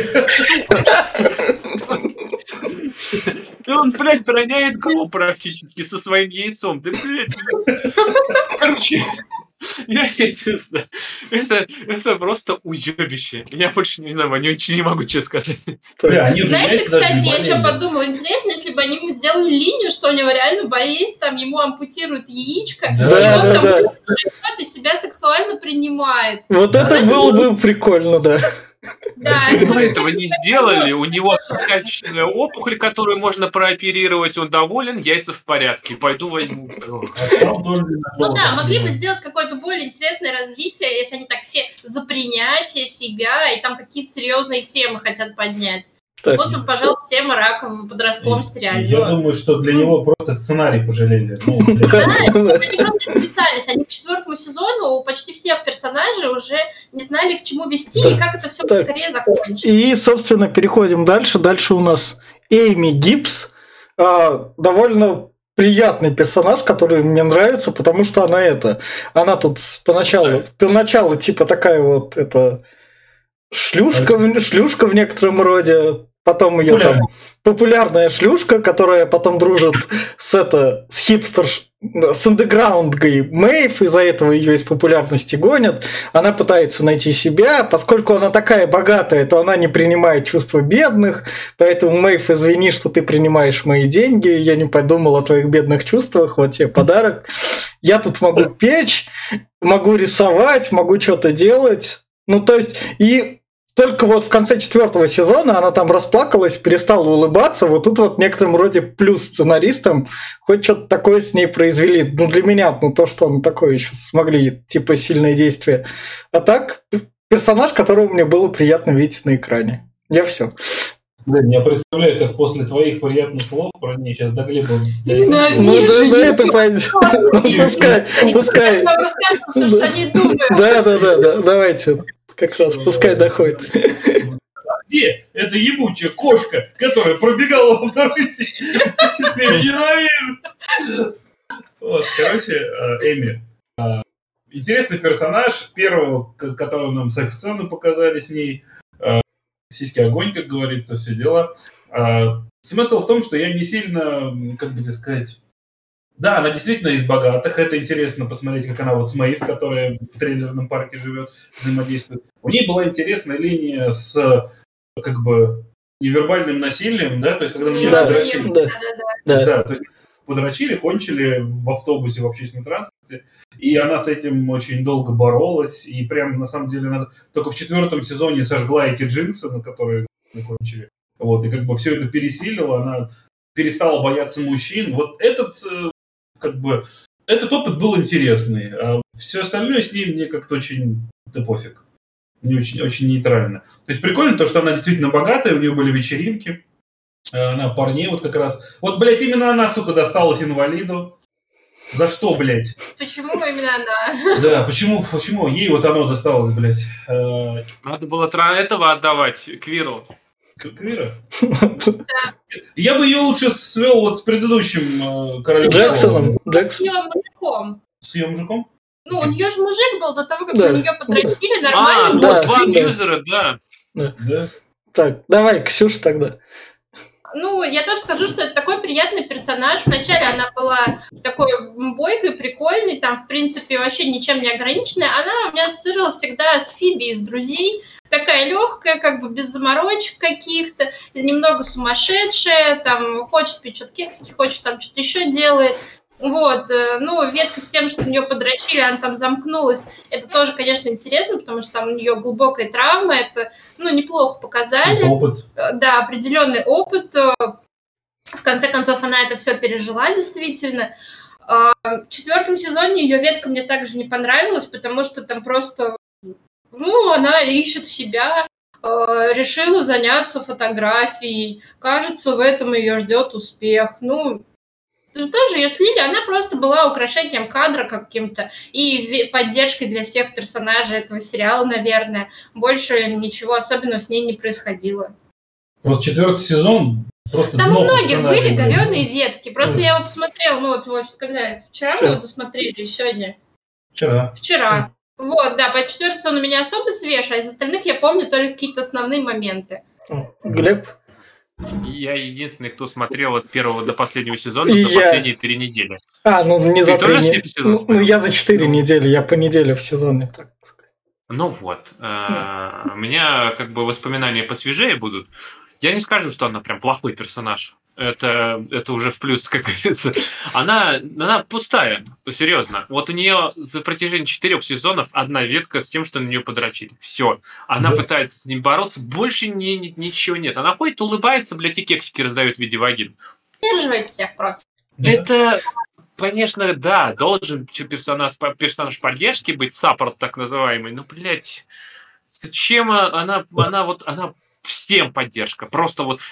И он, блядь, роняет гроб практически со своим яйцом. Да, блядь. Короче, я не знаю. Это просто уебище. Я больше не знаю, ничего не могу честно сказать. Знаете, кстати, я что подумала, интересно, если бы они ему сделали линию, что у него реально болезнь, там ему ампутируют яичко, и он там живет и себя сексуально принимает. Вот это было бы прикольно, да. Да, этого не сделали, у него качественная опухоль, которую можно прооперировать, он доволен, яйца в порядке, пойду возьму. Ну да, могли бы сделать какое-то более интересное развитие, если они так все за принятие себя и там какие-то серьезные темы хотят поднять. Так. Вот, пожалуйста, тема рака в подростковом сериале. Я думаю, что для него просто сценарий пожалели. Да, они просто списались. Они к 4 сезону у почти всех персонажей уже не знали, к чему вести и как это все поскорее закончить. И, собственно, переходим дальше. Дальше у нас Эйми Гибс. Довольно приятный персонаж, который мне нравится, потому что она тут поначалу типа такая вот шлюшка в некотором роде. Потом ее там популярная шлюшка, которая потом дружит с андеграундгой Мэйв, из-за этого ее из популярности гонят. Она пытается найти себя, поскольку она такая богатая, то она не принимает чувства бедных, поэтому Мэйв, извини, что ты принимаешь мои деньги, я не подумал о твоих бедных чувствах, вот тебе подарок. Я тут могу печь, могу рисовать, могу что-то делать. Ну, то есть, и только вот в конце 4 сезона она там расплакалась, перестала улыбаться. Вот тут вот в некотором роде плюс сценаристам хоть что-то такое с ней произвели. Ну, для меня, то, что он такое еще смогли, типа, сильные действия. А так, персонаж, которого мне было приятно видеть на экране. Я все. Блин, я представляю, как после твоих приятных слов про нее сейчас до Глеба... Ну, это пускай. Я вам расскажу все, что они думают. Да, давайте. Как раз, пускай доходит. Где эта ебучая кошка, которая пробегала во второй серии? Я ненавижу. Вот, короче, Эми. Интересный персонаж. Первого, которого нам секс-сцены показали с ней. Сиськи огонь, как говорится, все дела. Смысл в том, что я не сильно, как бы тебе сказать... Да, она действительно из богатых. Это интересно посмотреть, как она вот с Мэйв, которая в трейлерном парке живет, взаимодействует. У нее была интересная линия с, как бы, невербальным насилием, да, то есть когда на нее подрочили. Да, то есть подрочили, кончили в автобусе, в общественном транспорте, и она с этим очень долго боролась, и прям, на самом деле, она только в 4 сезоне сожгла эти джинсы, на которые кончили. Вот, и как бы все это пересилило, она перестала бояться мужчин. Вот этот, как бы, этот опыт был интересный, а все остальное с ней мне как-то очень, да пофиг. Мне очень нейтрально. То есть прикольно то, что она действительно богатая, у нее были вечеринки, она парней вот как раз... Вот, блядь, именно она, сука, досталась инвалиду. За что, блядь? Почему именно она? Да, почему ей вот оно досталось, блядь? Надо было этого отдавать Квиру. Квира? Я бы ее лучше свел вот с предыдущим королем. Джексоном. С ее мужиком. С ее мужиком? Ну, у нее же мужик был до того, как на нее потрачили нормально. Вот, два абьюзера, да. Так, давай, Ксюша тогда. Ну, я тоже скажу, что это такой приятный персонаж. Вначале она была такой бойкой, прикольной, там, в принципе, вообще ничем не ограниченной. Она у меня ассоциировалась всегда с Фиби из «Друзей». Такая легкая, как бы без заморочек каких-то, немного сумасшедшая, там, хочет пить что-то кексики, хочет там что-то еще делает. Вот, ну, ветка с тем, что на нее подрочили, она там замкнулась, это тоже, конечно, интересно, потому что там у нее глубокая травма, это, ну, неплохо показали. Опыт. Да, определенный опыт. В конце концов, она это все пережила, действительно. В 4 сезоне ее ветка мне также не понравилась, потому что там просто, ну, она ищет себя, решила заняться фотографией, кажется, в этом ее ждет успех. Ну, тоже ее слили, она просто была украшением кадра каким-то и поддержкой для всех персонажей этого сериала, наверное. Больше ничего особенного с ней не происходило. Просто 4 сезон просто там у многих были говёные ветки. Просто я его посмотрела, ну вот когда вчера мы его досмотрели, или сегодня? Вчера. Вот, да, по 4 сезону меня особо свеж, а из остальных я помню только какие-то основные моменты. Глеб? Я единственный, кто смотрел от первого до последнего сезона за последние 3 недели. Ну не за 3 недели. Ну я за 4 Ну. недели, я по неделе в сезоне, так сказать. Ну вот. У меня как бы воспоминания посвежее будут. Я не скажу, что она прям плохой персонаж. Это уже в плюс, как говорится. Она пустая, серьезно. Вот у нее за протяжении 4 сезонов одна ветка с тем, что на нее подрочили. Все. Она пытается с ним бороться, больше ничего нет. Она ходит, улыбается, блядь, и кексики раздает в виде вагин. Поддерживает всех просто. Это, конечно, да, должен персонаж поддержки быть, саппорт так называемый. Но, блядь, зачем она всем поддержка. Просто вот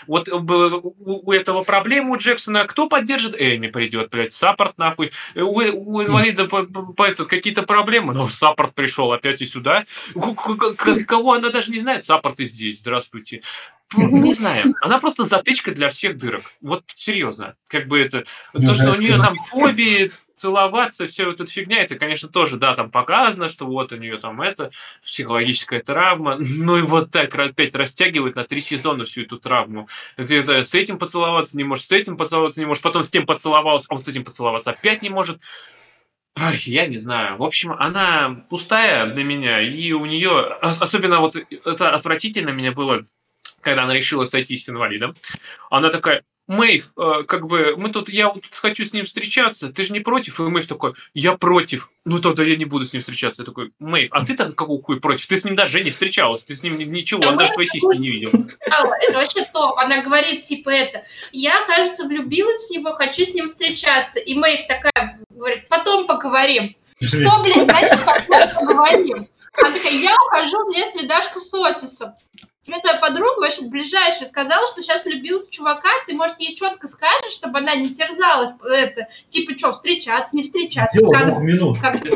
у этого проблемы у Джексона. Кто поддержит? Эми придет, блядь. Саппорт нахуй. У инвалида какие-то проблемы. Но саппорт пришел опять и сюда. Кого она даже не знает. Саппорт и здесь. Здравствуйте. Не знаю. Она просто затычка для всех дырок. Вот серьезно. Как бы это... То, что у нее там фобии, целоваться, все вот эта фигня, это, конечно, тоже, да, там показано, что вот у нее там это психологическая травма, ну и вот так опять растягивает на 3 сезона всю эту травму. Ты с этим поцеловаться не можешь, с этим поцеловаться не можешь, потом с тем поцеловался, а вот с этим поцеловаться опять не может. Ай, я не знаю. В общем, она пустая для меня, и у нее, особенно вот это отвратительно мне было, когда она решила сойтись с инвалидом. Она такая: Мэйв, как бы, я вот тут хочу с ним встречаться, ты же не против? И Мэйв такой: я против. Ну тогда я не буду с ним встречаться. Я такой: Мэйв, а ты-то какого хуя против? Ты с ним даже не встречалась, ты с ним ничего, он даже твои сиськи не видел. Это вообще топ. Она говорит, типа, я, кажется, влюбилась в него, хочу с ним встречаться. И Мэйв такая говорит: потом поговорим. Что, блядь, значит потом поговорим? Она такая: я ухожу, мне свидашка с Отисом. Мне твоя подруга, вообще ближайшая, сказала, что сейчас влюбилась в чувака, ты, может, ей четко скажешь, чтобы она не терзалась, типа, что, встречаться, не встречаться. Дело 2 минут.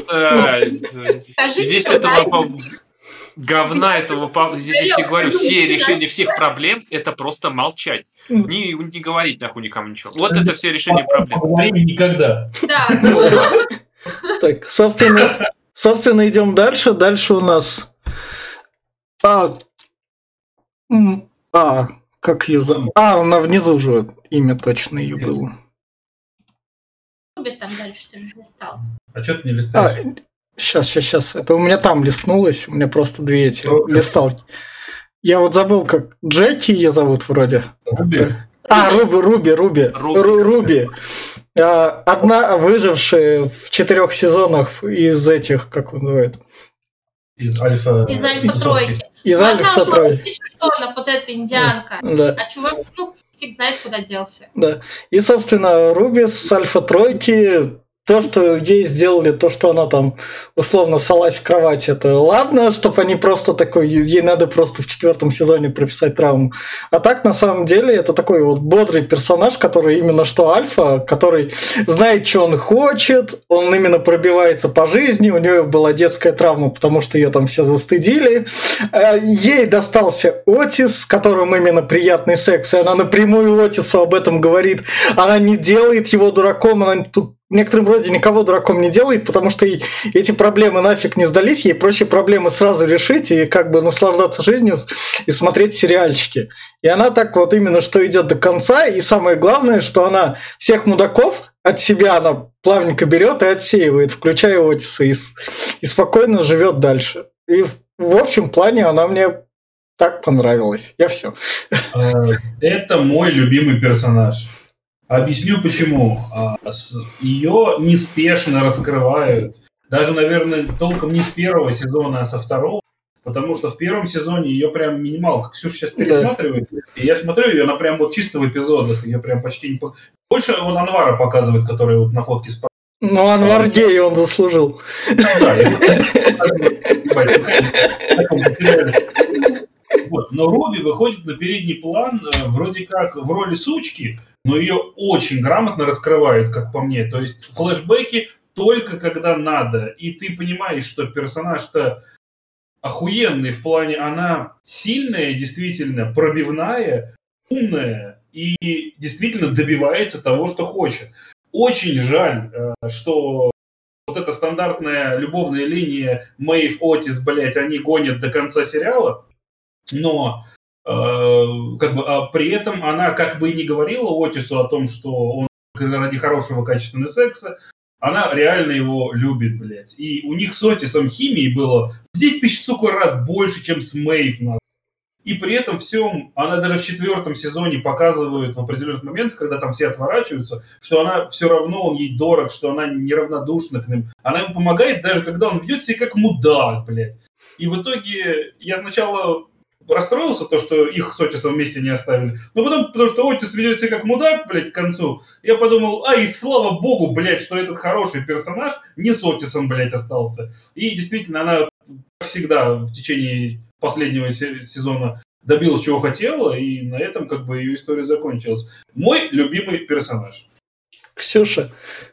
Здесь этого говна, этого, здесь я говорю, все решения всех проблем, это просто молчать. Не говорить нахуй никому ничего. Вот это все решения проблем. Поговорим никогда. Да. Так, собственно, идем дальше. Дальше у нас... как ее зовут? Она внизу же, имя точно ее было. Там дальше ты же листал. А что ты не листаешь? Сейчас. Это у меня там листнулось, у меня просто две эти листал. Я вот забыл, как Джеки ее зовут вроде. Руби. Одна выжившая в 4 сезонах из этих, как он называет? Из Альфа-тройки. Из Альфа-тройки. Вот эта индианка. Да. А чувак, фиг знает, куда делся. Да. И, собственно, Руби с Альфа-тройки, то, что ей сделали, то, что она там условно ссалась в кровать, это ладно, чтобы они просто такой, ей надо просто в 4 сезоне прописать травму. А так, на самом деле, это такой вот бодрый персонаж, который именно что Альфа, который знает, что он хочет, он именно пробивается по жизни, у нее была детская травма, потому что ее там все застыдили. Ей достался Отис, с которым именно приятный секс, и она напрямую Отису об этом говорит. Она не делает его дураком, она тут в некотором роде никого дураком не делает, потому что ей эти проблемы нафиг не сдались, ей проще проблемы сразу решить и как бы наслаждаться жизнью и смотреть сериальчики. И она так вот именно что идет до конца, и самое главное, что она всех мудаков от себя она плавненько берет и отсеивает, включая Отиса, и спокойно живет дальше. И в общем плане она мне так понравилась. Я все. Это мой любимый персонаж. Объясню почему. Ее неспешно раскрывают. Даже, наверное, толком не с 1 сезона, а со 2. Потому что в 1 сезоне ее прям минималка. Ксюша сейчас пересматривает. Да. И я смотрю ее, она прям вот чисто в эпизодах. Ее прям почти не... Больше он Анвара показывает, который вот на фотке с... Ну, Анвар гей, он заслужил. Да, вот. Но Руби выходит на передний план вроде как в роли сучки, но ее очень грамотно раскрывают, как по мне. То есть флешбеки только когда надо. И ты понимаешь, что персонаж-то охуенный в плане, она сильная, действительно, пробивная, умная и действительно добивается того, что хочет. Очень жаль, что вот эта стандартная любовная линия Мэйв, Отис, блять, они гонят до конца сериала. Но при этом она как бы и не говорила Отису о том, что он ради хорошего качественного секса, она реально его любит, блядь. И у них с Отисом химии было в 10 тысяч, сука, раз больше, чем с Мэйв. И при этом всем, она даже в 4 сезоне показывает в определенных моментах, когда там все отворачиваются, что она все равно, он ей дорог, что она неравнодушна к ним. Она ему помогает, даже когда он ведет себя как мудак, блядь. И в итоге я сначала расстроился, то, что их с Отисом вместе не оставили. Но потом, потому что Отис ведет себя как мудак, блядь, к концу, я подумал, и слава богу, блядь, что этот хороший персонаж не с Отисом, блядь, остался. И действительно, она, как всегда, в течение последнего сезона добилась, чего хотела, и на этом как бы ее история закончилась. Мой любимый персонаж. Ксюша.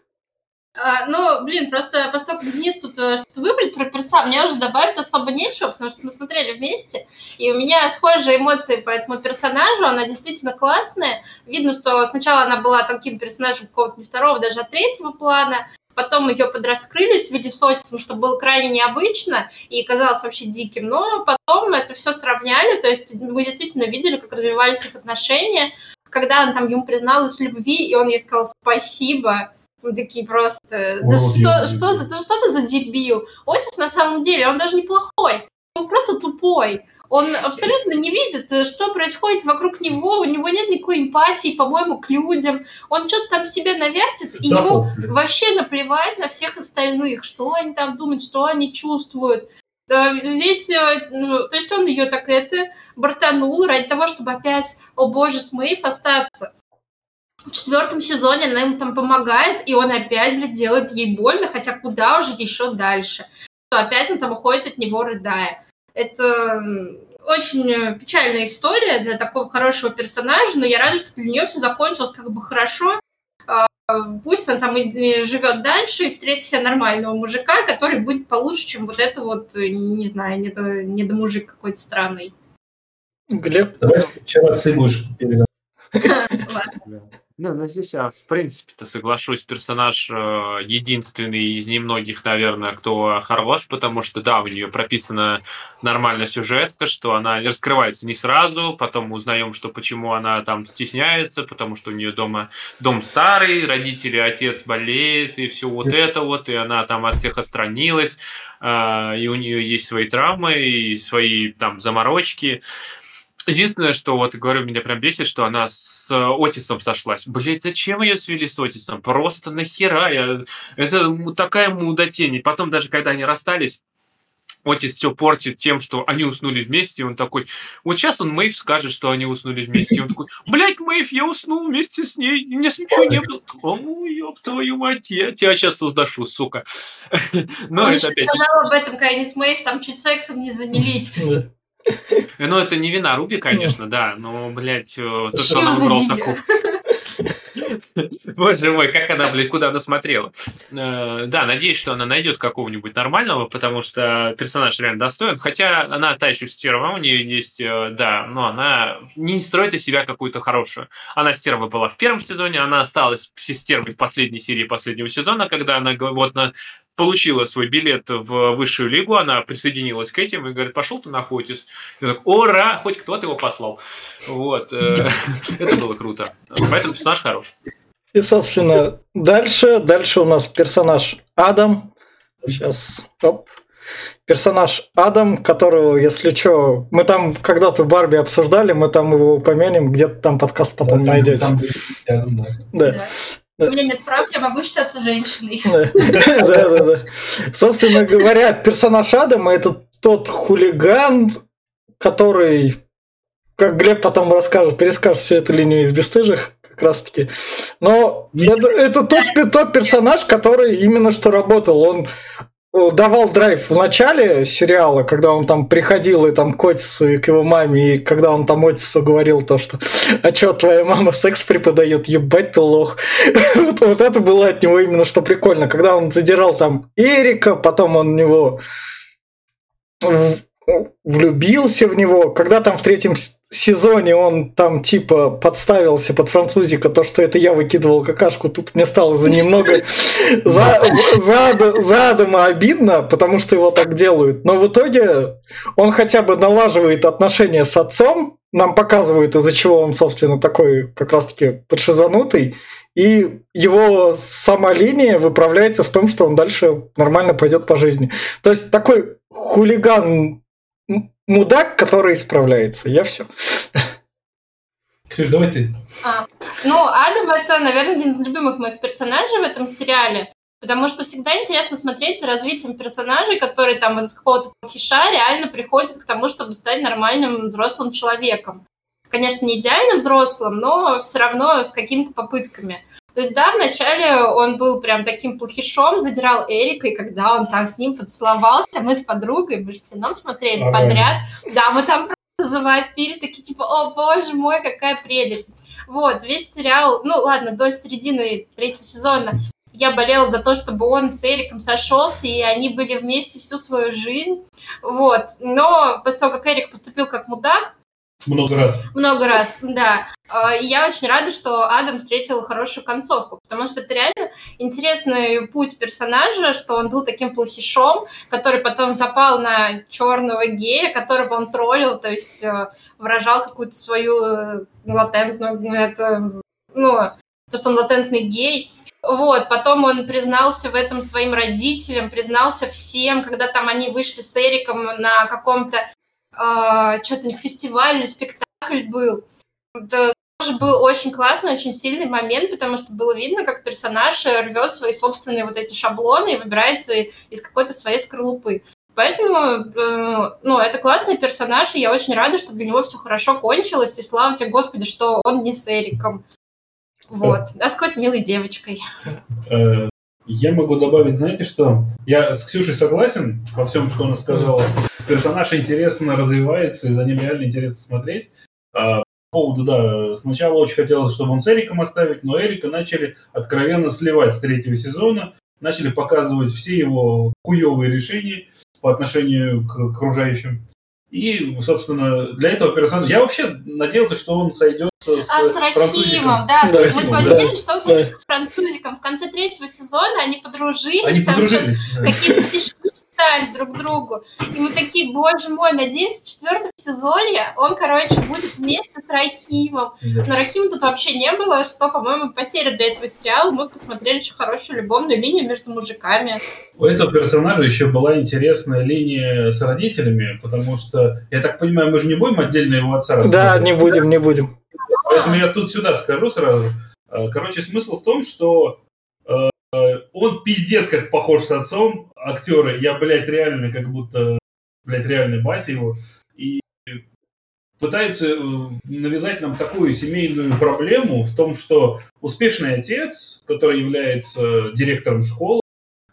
Просто поскольку Денис тут что-то выбрать про перса, мне уже добавить особо нечего, потому что мы смотрели вместе, и у меня схожие эмоции по этому персонажу, она действительно классная. Видно, что сначала она была таким персонажем какого-то не 2, даже 3 плана, потом ее подраскрылись в виде с Отисом, что было крайне необычно и казалось вообще диким, но потом это все сравняли, то есть мы действительно видели, как развивались их отношения, когда она там ему призналась в любви, и он ей сказал спасибо. Мы такие просто, что ты за дебил? Отис на самом деле, он даже неплохой, он просто тупой. Он абсолютно не видит, что происходит вокруг него, у него нет никакой эмпатии, по-моему, к людям. Он что-то там себе навертит, и ему вообще наплевать на всех остальных, что они там думают, что они чувствуют. То есть он ее так бортанул ради того, чтобы опять, о боже, с Мэйв остаться. В 4 сезоне она ему там помогает, и он опять, блядь, делает ей больно, хотя куда уже еще дальше. То опять он там уходит от него, рыдая. Это очень печальная история для такого хорошего персонажа, но я рада, что для нее все закончилось как бы хорошо. Пусть она там и живет дальше и встретит себе нормального мужика, который будет получше, чем вот это вот, не знаю, недомужик какой-то странный. Глеб? Давай вчера ты будешь передавать. Ну, здесь я, в принципе-то, соглашусь, персонаж единственный из немногих, наверное, кто хорош, потому что, да, у нее прописана нормальная сюжетка, что она раскрывается не сразу, потом узнаем, что почему она там стесняется, потому что у нее дома дом старый, родители, отец болеет, и все вот это вот, и она там от всех отстранилась, и у нее есть свои травмы, и свои там заморочки. Единственное, что вот говорю, меня прям бесит, что она с Отисом сошлась. Блять, зачем ее свели с Отисом? Просто нахера? Это такая мудотень. И потом, даже когда они расстались, Отис все портит тем, что они уснули вместе, и он такой, вот сейчас он Мэйв скажет, что они уснули вместе, и он такой, блять, Мэйв, я уснул вместе с ней, у меня ничего не было. Кому, ёб твою мать, я тебя сейчас удашу, сука. Но он еще сказал об этом, когда они с Мэйв там чуть сексом не занялись. Ну, это не вина Руби, конечно, да, но, блядь, то, что она выбрала такого. Боже мой, как она, блядь, куда она смотрела. Да, надеюсь, что она найдет какого-нибудь нормального, потому что персонаж реально достоин. Хотя она та еще стерва, у нее есть, да, но она не строит из себя какую-то хорошую. Она стерва была в первом сезоне, она осталась стервой в последней серии последнего сезона, когда она вот получила свой билет в высшую лигу, она присоединилась к этим и говорит, пошел ты нахуй, Отис. Я так, ура, хоть кто-то его послал. Вот, это было круто. Поэтому персонаж хорош. И, собственно, дальше у нас персонаж Адам. Сейчас, оп. Персонаж Адам, которого, если что, мы там когда-то Барби обсуждали, мы там его упомянем, где-то там подкаст потом найдете. Да. У меня нет прав, я могу считаться женщиной. Да. Собственно говоря, персонаж Адама – это тот хулиган, который, как Глеб потом перескажет всю эту линию из «Бесстыжих», как раз-таки. Но это тот персонаж, который именно что работал. Он давал драйв в начале сериала, когда он там приходил и там к Отису и к его маме, и когда он там Отису говорил то, что «А чё, твоя мама секс преподает? Ебать ты лох». Вот это было от него именно что прикольно. Когда он задирал там Эрика, потом он в него влюбился в него, когда там в третьем сезоне он там типа подставился под французика, то, что это я выкидывал какашку, тут мне стало немного за Адама обидно, потому что его так делают, но в итоге он хотя бы налаживает отношения с отцом, нам показывают, из-за чего он, собственно, такой как раз-таки подшизанутый, и его сама линия выправляется в том, что он дальше нормально пойдет по жизни. То есть такой хулиган мудак, который исправляется. Я все. Ксюш, давай ты. Адам — это, наверное, один из любимых моих персонажей в этом сериале, потому что всегда интересно смотреть за развитием персонажей, которые там вот из какого-то плохиша реально приходят к тому, чтобы стать нормальным взрослым человеком. Конечно, не идеально взрослым, но все равно с какими-то попытками. То есть, да, вначале он был прям таким плохишом, задирал Эрика, и когда он там с ним поцеловался, мы с подругой, мы же с вином смотрели подряд, да, мы там просто завопили, такие типа, о боже мой, какая прелесть. Вот, весь сериал, до середины третьего сезона я болела за то, чтобы он с Эриком сошелся, и они были вместе всю свою жизнь, вот. Но после того, как Эрик поступил как мудак, Много раз, да. И я очень рада, что Адам встретил хорошую концовку, потому что это реально интересный путь персонажа, что он был таким плохишом, который потом запал на черного гея, которого он троллил, то есть выражал какую-то свою латентную, то, что он латентный гей. Вот, потом он признался в этом своим родителям, признался всем, когда там они вышли с Эриком на каком-то что-то у них фестиваль или спектакль был. Это тоже был очень классный, очень сильный момент, потому что было видно, как персонаж рвет свои собственные вот эти шаблоны и выбирается из какой-то своей скорлупы. Поэтому, это классный персонаж, и я очень рада, что для него все хорошо кончилось, и слава тебе, Господи, что он не с Эриком. Вот. А с какой-то милой девочкой. Я могу добавить, знаете что? Я с Ксюшей согласен во всем, что она сказала. Персонаж интересно развивается, и за ним реально интересно смотреть. По поводу, да, сначала очень хотелось, чтобы он с Эриком оставить, но Эрика начали откровенно сливать с 3-го сезона, начали показывать все его хуевые решения по отношению к окружающим. И, собственно, для этого персонажа... Я вообще надеялся, что он сойдет с Рахимом, да. Мы поняли, что он сойдет с французиком. В конце 3-го сезона они подружились. Какие-то стишки читали друг другу. И мы такие, боже мой, надеемся, в 4-том сезоне он, будет вместе с Рахимом. Но Рахима тут вообще не было, что, по-моему, потеря для этого сериала. Мы посмотрели еще хорошую любовную линию между мужиками. У этого персонажа еще была интересная линия с родителями, потому что, я так понимаю, мы же не будем отдельно его отца рассматривать. Да, не будем. Поэтому я тут сюда скажу сразу. Смысл в том, что он пиздец как похож с отцом актера. Я, реально как будто, реальный батя его. И пытаются навязать нам такую семейную проблему в том, что успешный отец, который является директором школы,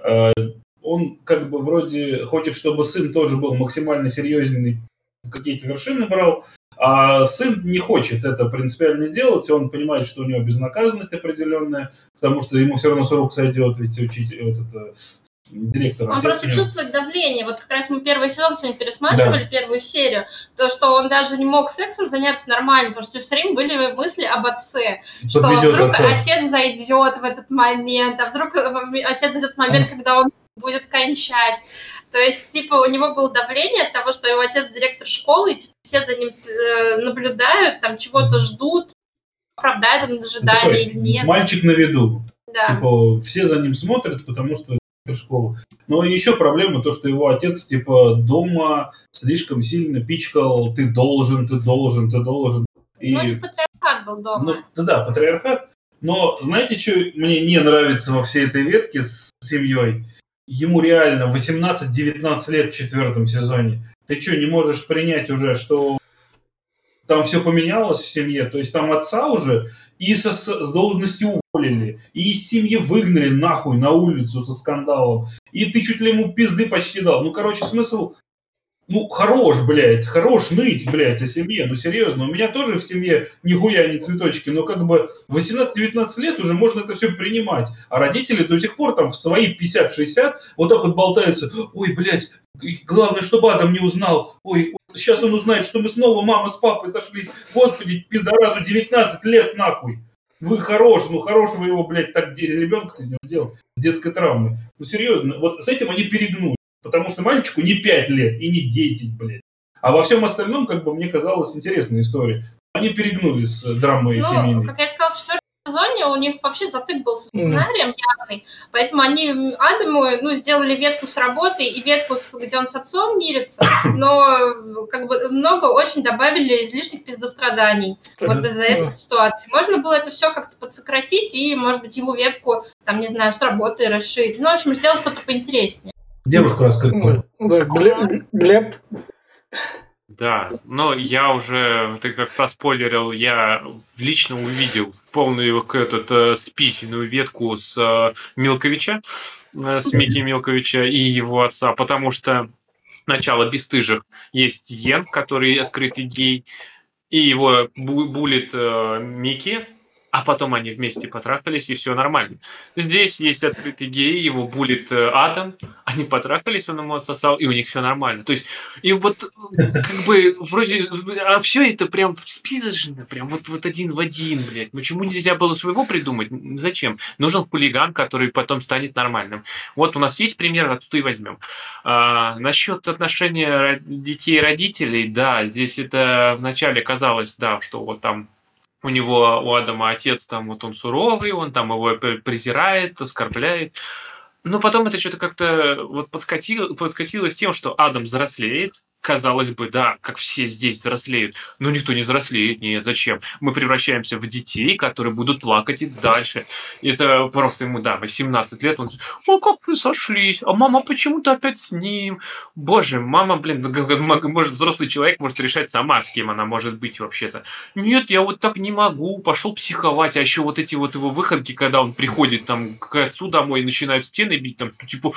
он вроде хочет, чтобы сын тоже был максимально серьезный, какие-то вершины брал, а сын не хочет это принципиально делать, он понимает, что у него безнаказанность определенная, потому что ему все равно с рук сойдет, ведь учить директор. Он просто чувствует давление. Вот как раз мы 1-й сезон сегодня пересматривали, 1-ю серию, то, что он даже не мог сексом заняться нормально, потому что все время были мысли об отце. Подведет что вдруг отец зайдет в этот момент, а вдруг отец зайдет в момент, когда он будет кончать. То есть, у него было давление от того, что его отец директор школы, и все за ним наблюдают, там чего-то ждут, оправдает он ожидания или нет. Мальчик на виду. Да. Все за ним смотрят, потому что школу. Но еще проблема то, что его отец дома слишком сильно пичкал: ты должен. И... Ну, у них патриархат был дома. Да, патриархат. Но знаете, что мне не нравится во всей этой ветке с семьей? Ему реально 18-19 лет в 4-м сезоне. Ты что, не можешь принять уже, что там все поменялось в семье? То есть там отца уже и с должности уволили, и из семьи выгнали нахуй на улицу со скандалом, и ты чуть ли ему пизды почти дал. Смысл... хорош ныть, о семье. Серьезно, у меня тоже в семье нихуя не цветочки, но 18-19 лет уже можно это все принимать. А родители до сих пор там в свои 50-60 вот так вот болтаются: ой, главное, чтобы Адам не узнал. Ой, сейчас он узнает, что мы снова мама с папой сошлись. Господи, пидоразу 19 лет нахуй. Вы хорошего его, так ребенка из него делал, с детской травмой. Серьезно, вот с этим они перегнули. Потому что мальчику не 5 лет и не 10, А во всем остальном, мне казалась интересная история. Они перегнули с драмой семейной. Как я сказала, в 4-м сезоне у них вообще затык был с сценарием явный. Поэтому они Адаму сделали ветку с работой и ветку, где он с отцом мирится. Но много очень добавили излишних пиздостраданий. Вот из-за этой ситуации. Можно было это все как-то подсократить и, может быть, ему ветку, с работы расширить. В общем, сделать что-то поинтереснее. Девушку раскрыли. Да, Глеб. Да, но я уже, ты как проспойлерил, я лично увидел полную спичную ветку с Милковича, с Микки Милковича и его отца, потому что сначала «Бесстыжих» есть Йен, который открытый гей, и его булит Микки, а потом они вместе потрахались, и все нормально. Здесь есть открытый гей, его булит Адам, они потрахались, он ему отсосал, и у них все нормально. То есть, и вроде, а все это прям спизожно, прям вот один в один, блядь. Почему нельзя было своего придумать? Зачем? Нужен хулиган, который потом станет нормальным. Вот у нас есть пример, оттуда и возьмем. Насчет отношения детей и родителей, да, здесь это вначале казалось, да, что вот там у Адама отец там он суровый, он там его презирает, оскорбляет. Но потом это что-то как-то подкатилось тем, что Адам взрослеет, казалось бы, да, как все здесь взрослеют. Но никто не взрослеет. Нет, зачем? Мы превращаемся в детей, которые будут плакать и дальше. И это просто ему, да, 18 лет. Он, как вы сошлись? А мама почему-то опять с ним? Боже, мама, блин, может, взрослый человек может решать сама, с кем она может быть вообще-то. Нет, я вот так не могу. Пошел психовать. А еще вот эти вот его выходки, когда он приходит там к отцу домой и начинает стены бить, там, что типа,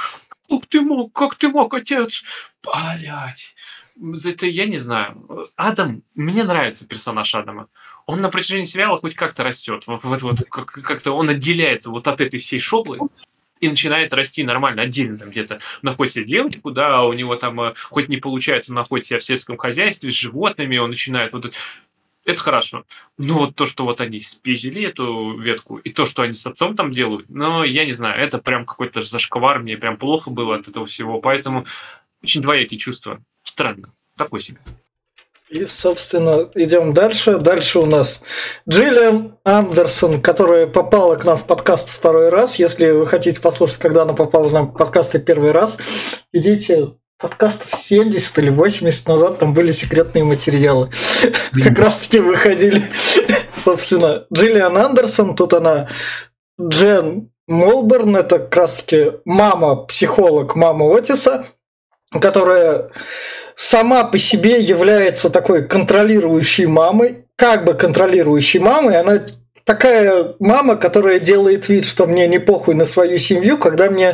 как ты мог, отец? Блять. Это я не знаю. Адам, мне нравится персонаж Адама. Он на протяжении сериала хоть как-то растет. Как-то он отделяется вот от этой всей шоблы и начинает расти нормально, отдельно там где-то находит себе девочку, да, у него там хоть не получается, он находит себя в сельском хозяйстве с животными, он начинает вот это хорошо. Но вот то, что вот они спиздили эту ветку, и то, что они с отцом там делают, ну, я не знаю, это прям какой-то зашквар, мне прям плохо было от этого всего, поэтому очень двоякие чувства. Странно. Такой себе. И, собственно, идем дальше. Дальше у нас Джиллиан Андерсон, которая попала к нам в подкаст второй раз. Если вы хотите послушать, когда она попала к нам в подкасты первый раз, идите подкастов 70 или 80 назад, там были секретные материалы. Как раз-таки выходили. Собственно, Джиллиан Андерсон, тут она Джен Молберн, это как раз-таки мама-психолог, мама Отиса, которая сама по себе является такой контролирующей мамой, как бы контролирующей мамой. Она такая мама, которая делает вид, что мне не похуй на свою семью, когда мне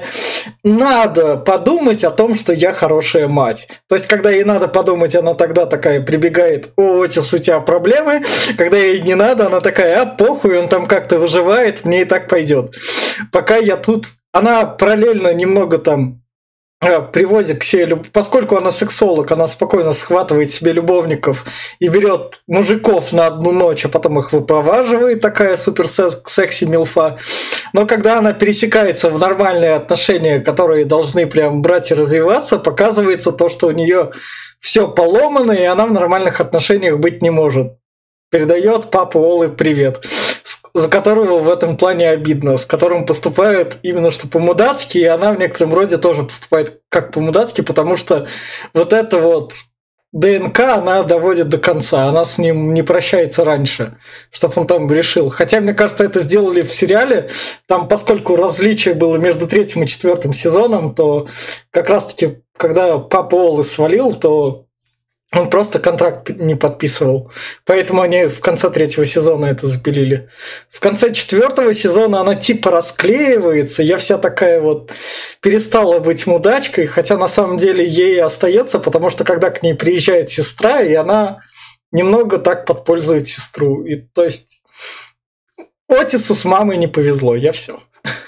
надо подумать о том, что я хорошая мать. То есть, когда ей надо подумать, она тогда такая прибегает: «О, Отис, у тебя проблемы». Когда ей не надо, она такая: «А, похуй, он там как-то выживает, мне и так пойдет». Пока я тут... Она параллельно немного там приводит к себе, поскольку она сексолог, она спокойно схватывает себе любовников и берет мужиков на одну ночь, а потом их выпроваживает, такая супер секси милфа. Но когда она пересекается в нормальные отношения, которые должны прям брать и развиваться, показывается то, что у нее все поломано, и она в нормальных отношениях быть не может. Передает папу Олы привет, за которого в этом плане обидно, с которым поступают именно что по-мудацки, и она в некотором роде тоже поступает как по-мудацки, потому что вот это вот ДНК она доводит до конца, она с ним не прощается раньше, чтобы он там решил. Хотя, мне кажется, это сделали в сериале, там, поскольку различие было между 3-м и 4-м сезоном, то как раз-таки, когда папа Олы свалил, то он просто контракт не подписывал. Поэтому они в конце 3-го сезона это запилили. В конце 4-го сезона она типа расклеивается. Я вся такая вот перестала быть мудачкой, хотя на самом деле ей остается, потому что когда к ней приезжает сестра, и она немного так подпользует сестру. И то есть Отису с мамой не повезло. Я все.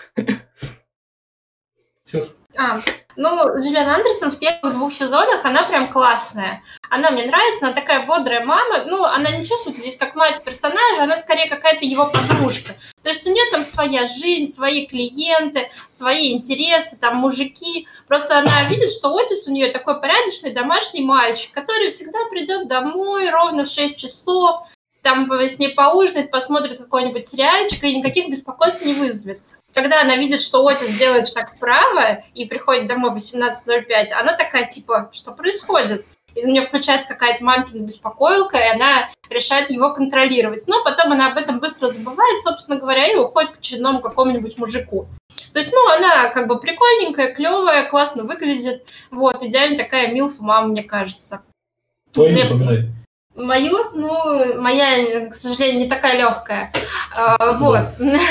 Ну, Джиллиан Андерсон в первых 2 сезонах, она прям классная. Она мне нравится, она такая бодрая мама. Ну, она не чувствуется здесь как мать персонажа, она скорее какая-то его подружка. То есть у нее там своя жизнь, свои клиенты, свои интересы, там мужики. Просто она видит, что Отис у нее такой порядочный домашний мальчик, который всегда придет домой ровно в 6 часов, там с ней поужинает, посмотрит какой-нибудь сериальчик и никаких беспокойств не вызовет. Когда она видит, что Отис делает шаг вправо и приходит домой в 18:05, она такая, типа, что происходит? И у нее включается какая-то мамкина беспокоилка, и она решает его контролировать. Но потом она об этом быстро забывает, собственно говоря, и уходит к очередному какому-нибудь мужику. То есть, ну, она как бы прикольненькая, клевая, классно выглядит. Вот, идеально такая милфа-мама, мне кажется. Мою? Ну, моя, к сожалению, не такая легкая. Вот.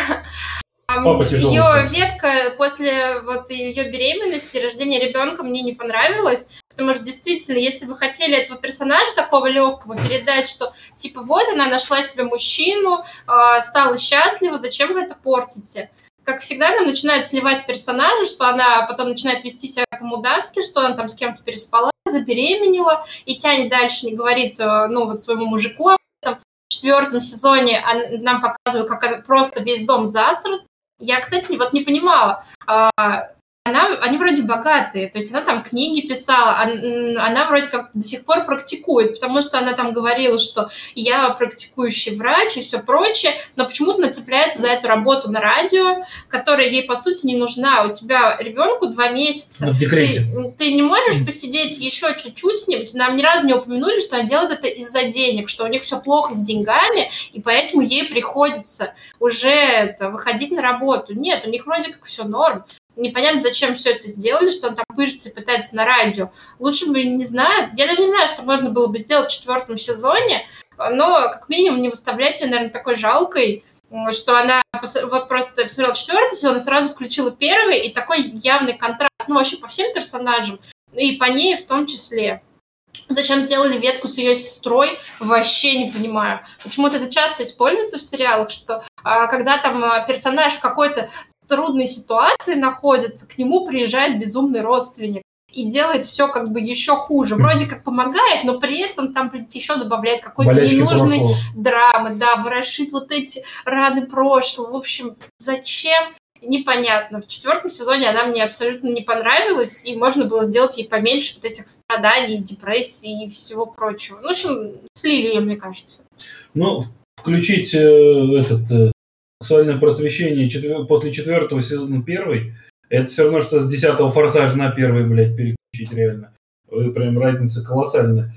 Ее ветка после вот ее беременности, рождения ребенка мне не понравилась, потому что действительно, если вы хотели этого персонажа такого легкого передать, что типа вот она нашла себе мужчину, стала счастлива, зачем вы это портите? Как всегда, нам начинают сливать персонажа, что она потом начинает вести себя по-мудацки, что она там с кем-то переспала, забеременела, и тянет дальше, не говорит, ну, вот своему мужику об этом. В 4-м сезоне нам показывают, как просто весь дом засран. Я, кстати, вот не понимала, она они вроде богатые, то есть она там книги писала, она вроде как до сих пор практикует, потому что она там говорила, что я практикующий врач и все прочее, но почему-то она цепляется за эту работу на радио, которая ей, по сути, не нужна. У тебя ребенку 2 месяца. В декрете. Ты не можешь посидеть еще чуть-чуть с ним. Нам ни разу не упомянули, что она делает это из-за денег, что у них все плохо с деньгами, и поэтому ей приходится уже выходить на работу. Нет, у них вроде как все норм. Непонятно, зачем все это сделали, что он там пыжится и пытается на радио. Лучше бы, не знаю, я даже не знаю, что можно было бы сделать в 4 сезоне, но как минимум не выставлять ее, наверное, такой жалкой, что она вот просто посмотрела 4 сезон и сразу включила 1, и такой явный контраст, ну, вообще по всем персонажам, и по ней в том числе. Зачем сделали ветку с ее сестрой, вообще не понимаю. Почему-то это часто используется в сериалах, что когда там персонаж в какой-то трудной ситуации находится, к нему приезжает безумный родственник и делает все как бы еще хуже. Вроде как помогает, но при этом там еще добавляет какой-то Болячки ненужной прошлого. драмы, да, ворошит вот эти раны прошлого. В общем, зачем? Непонятно. В 4 сезоне она мне абсолютно не понравилась, и можно было сделать ей поменьше вот этих страданий, депрессий и всего прочего. Ну, в общем, слили ее, мне кажется. Ну, включить сексуальное просвещение после 4 сезона 1, это все равно, что с 10-го «Форсажа» на 1, блядь, переключить реально. Прям разница колоссальная.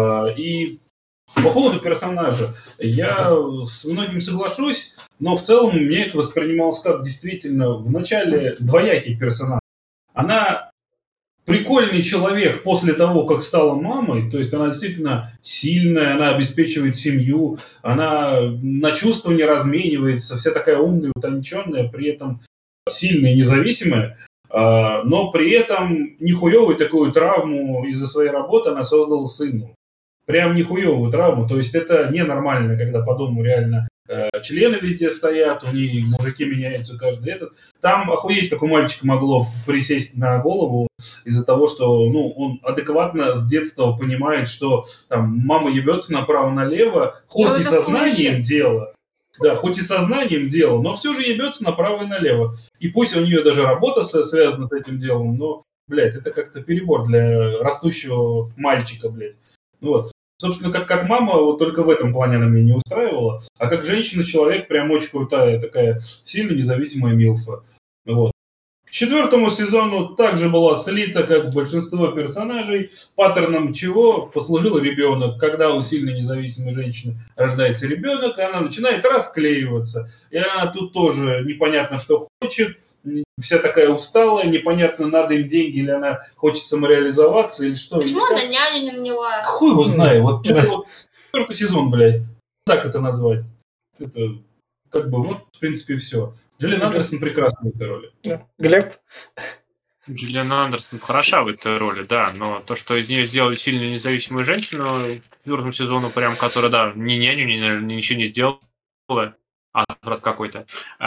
И по поводу персонажа, я с многим соглашусь, но в целом мне это воспринималось как действительно вначале двоякий персонаж. Она прикольный человек после того, как стала мамой, то есть она действительно сильная, она обеспечивает семью, она на чувства не разменивается, вся такая умная, утонченная, при этом сильная и независимая, но при этом нихуевую такую травму из-за своей работы она создала сыну. Прям нихуевую травму, то есть это ненормально, когда по дому реально члены везде стоят, у них мужики меняются каждый этот. Там охуеть, как у мальчика могло присесть на голову из-за того, что он адекватно с детства понимает, что там мама ебется направо-налево, хоть и сознанием дела. Да, хоть и сознанием дела, но все же ебется направо и налево. И пусть у нее даже работа связана с этим делом, но, блядь, это как-то перебор для растущего мальчика, блядь. Вот. Собственно, как мама, вот только в этом плане она меня не устраивала. А как женщина-человек прям очень крутая, такая сильно независимая милфа. Вот. К 4 сезону также была слита, как большинство персонажей, паттерном чего послужил ребенок. Когда у сильной независимой женщины рождается ребенок, она начинает расклеиваться. И она тут тоже непонятно, что хочет, вся такая усталая, непонятно, надо им деньги, или она хочет самореализоваться, или что. Почему она няню не наняла? Хуй его знаю. Вот что-то вот 4 сезон, блядь. Так это назвать. Это как бы вот, в принципе, все. Джиллиан Андерсон прекрасна в этой роли. Глеб? Джиллиан Андерсон хороша в этой роли, да, но то, что из нее сделали сильно независимую женщину в 4 сезону, прям, которая, да, ни няню, ни ничего не сделала, отврат какой-то.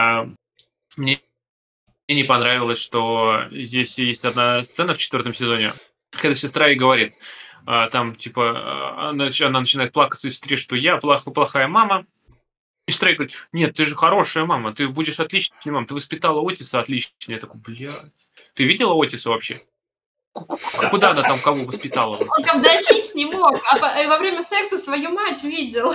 Мне не понравилось, что здесь есть одна сцена в 4 сезоне, когда сестра ей говорит, там, типа, она начинает плакаться сестре, что я плохая мама. И сестра ей говорит, нет, ты же хорошая мама, ты будешь отличной мамой, ты воспитала Отиса отлично. Я такой, блядь, ты видела Отиса вообще? Куда она там кого воспитала? Он там дрочить не мог, а во время секса свою мать видел.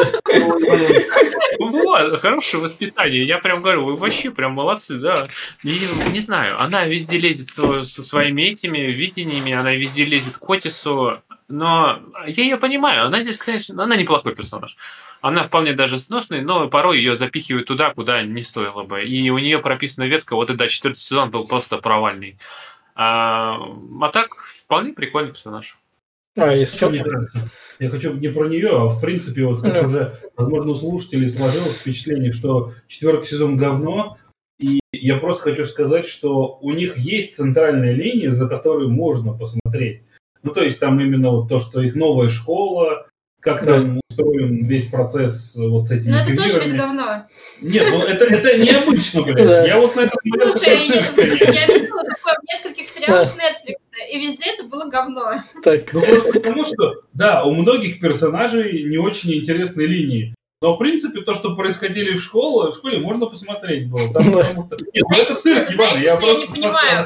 Вот, хорошее воспитание. Я прям говорю, вы вообще прям молодцы, да. Не знаю, она везде лезет со своими этими видениями, она везде лезет к Отису, но я ее понимаю, она здесь, конечно, она неплохой персонаж. Она вполне даже сносная, но порой ее запихивают туда, куда не стоило бы. И у нее прописана ветка, вот и да, 4 сезон был просто провальный. А так, вполне прикольный персонаж. Я хочу не про нее, а в принципе, вот как уже, возможно, у слушателей сложилось впечатление, что 4 сезон говно, и я просто хочу сказать, что у них есть центральная линия, за которой можно посмотреть. Ну, то есть там именно вот то, что их новая школа, как там устроен весь процесс вот с этими кумирами. Но это тоже ведь говно. Нет, ну это необычно, блядь. Я вот на это смотрел, слушай, я видела такое в нескольких сериалах Netflix, и везде это было говно. Так. Ну просто потому что, да, у многих персонажей не очень интересные линии. Но, в принципе, то, что происходили в школе можно посмотреть было. Там, потому что... Нет, знаете, это цирк, Иван, я не понимаю.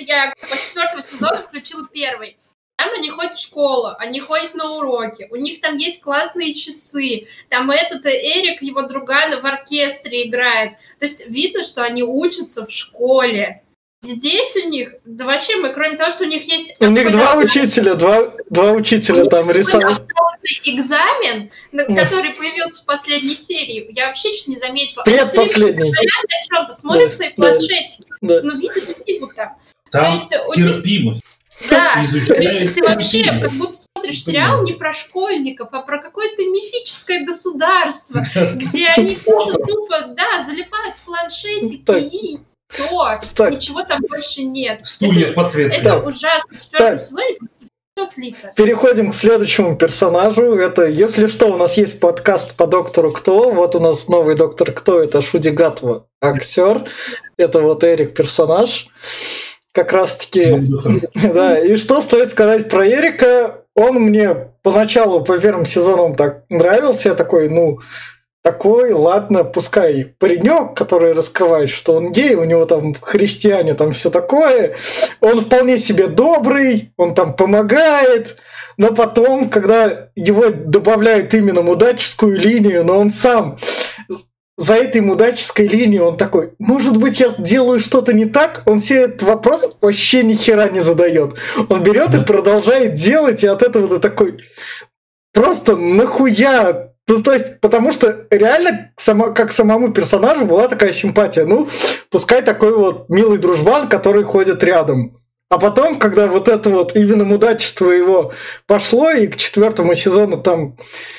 просто я после 4-го сезона включила 1-й. Там они ходят в школу, они ходят на уроки, у них там есть классные часы, там этот Эрик, его друган, в оркестре играет. То есть видно, что они учатся в школе. Здесь у них, да вообще мы, кроме того, что у них есть... У них два учителя там рисовать. Экзамен, который появился в последней серии, я вообще чуть не заметила. Предпоследний. Они о чем-то смотрят свои планшетики, но видят фигу там. Там терпимость. Да, то есть ты вообще как будто смотришь сериал не про школьников, а про какое-то мифическое государство, где они просто тупо, залипают в планшетики и все, ничего там больше нет. Стулья с подсветкой. Это ужасно. В 4-м сезоне все слито. Переходим к следующему персонажу. Это, если что, у нас есть подкаст по Доктору Кто. Вот у нас новый Доктор Кто. Это Шуди Гатва, актер. Это вот Эрик персонаж. Как раз-таки, да, и что стоит сказать про Эрика, он мне поначалу по первым сезонам так нравился, я такой, такой, ладно, пускай паренек, который раскрывает, что он гей, у него там христиане, там все такое, он вполне себе добрый, он там помогает, но потом, когда его добавляют именно мудаческую линию, но он сам... За этой мудаческой линией он такой, может быть, я делаю что-то не так? Он себе этот вопрос вообще ни хера не задает. Он берет и продолжает делать, и от этого ты такой, просто нахуя? То есть, потому что реально, как самому персонажу была такая симпатия. Пускай такой вот милый дружбан, который ходит рядом. А потом, когда вот это вот именно мудачество его пошло, и к 4-му сезону там...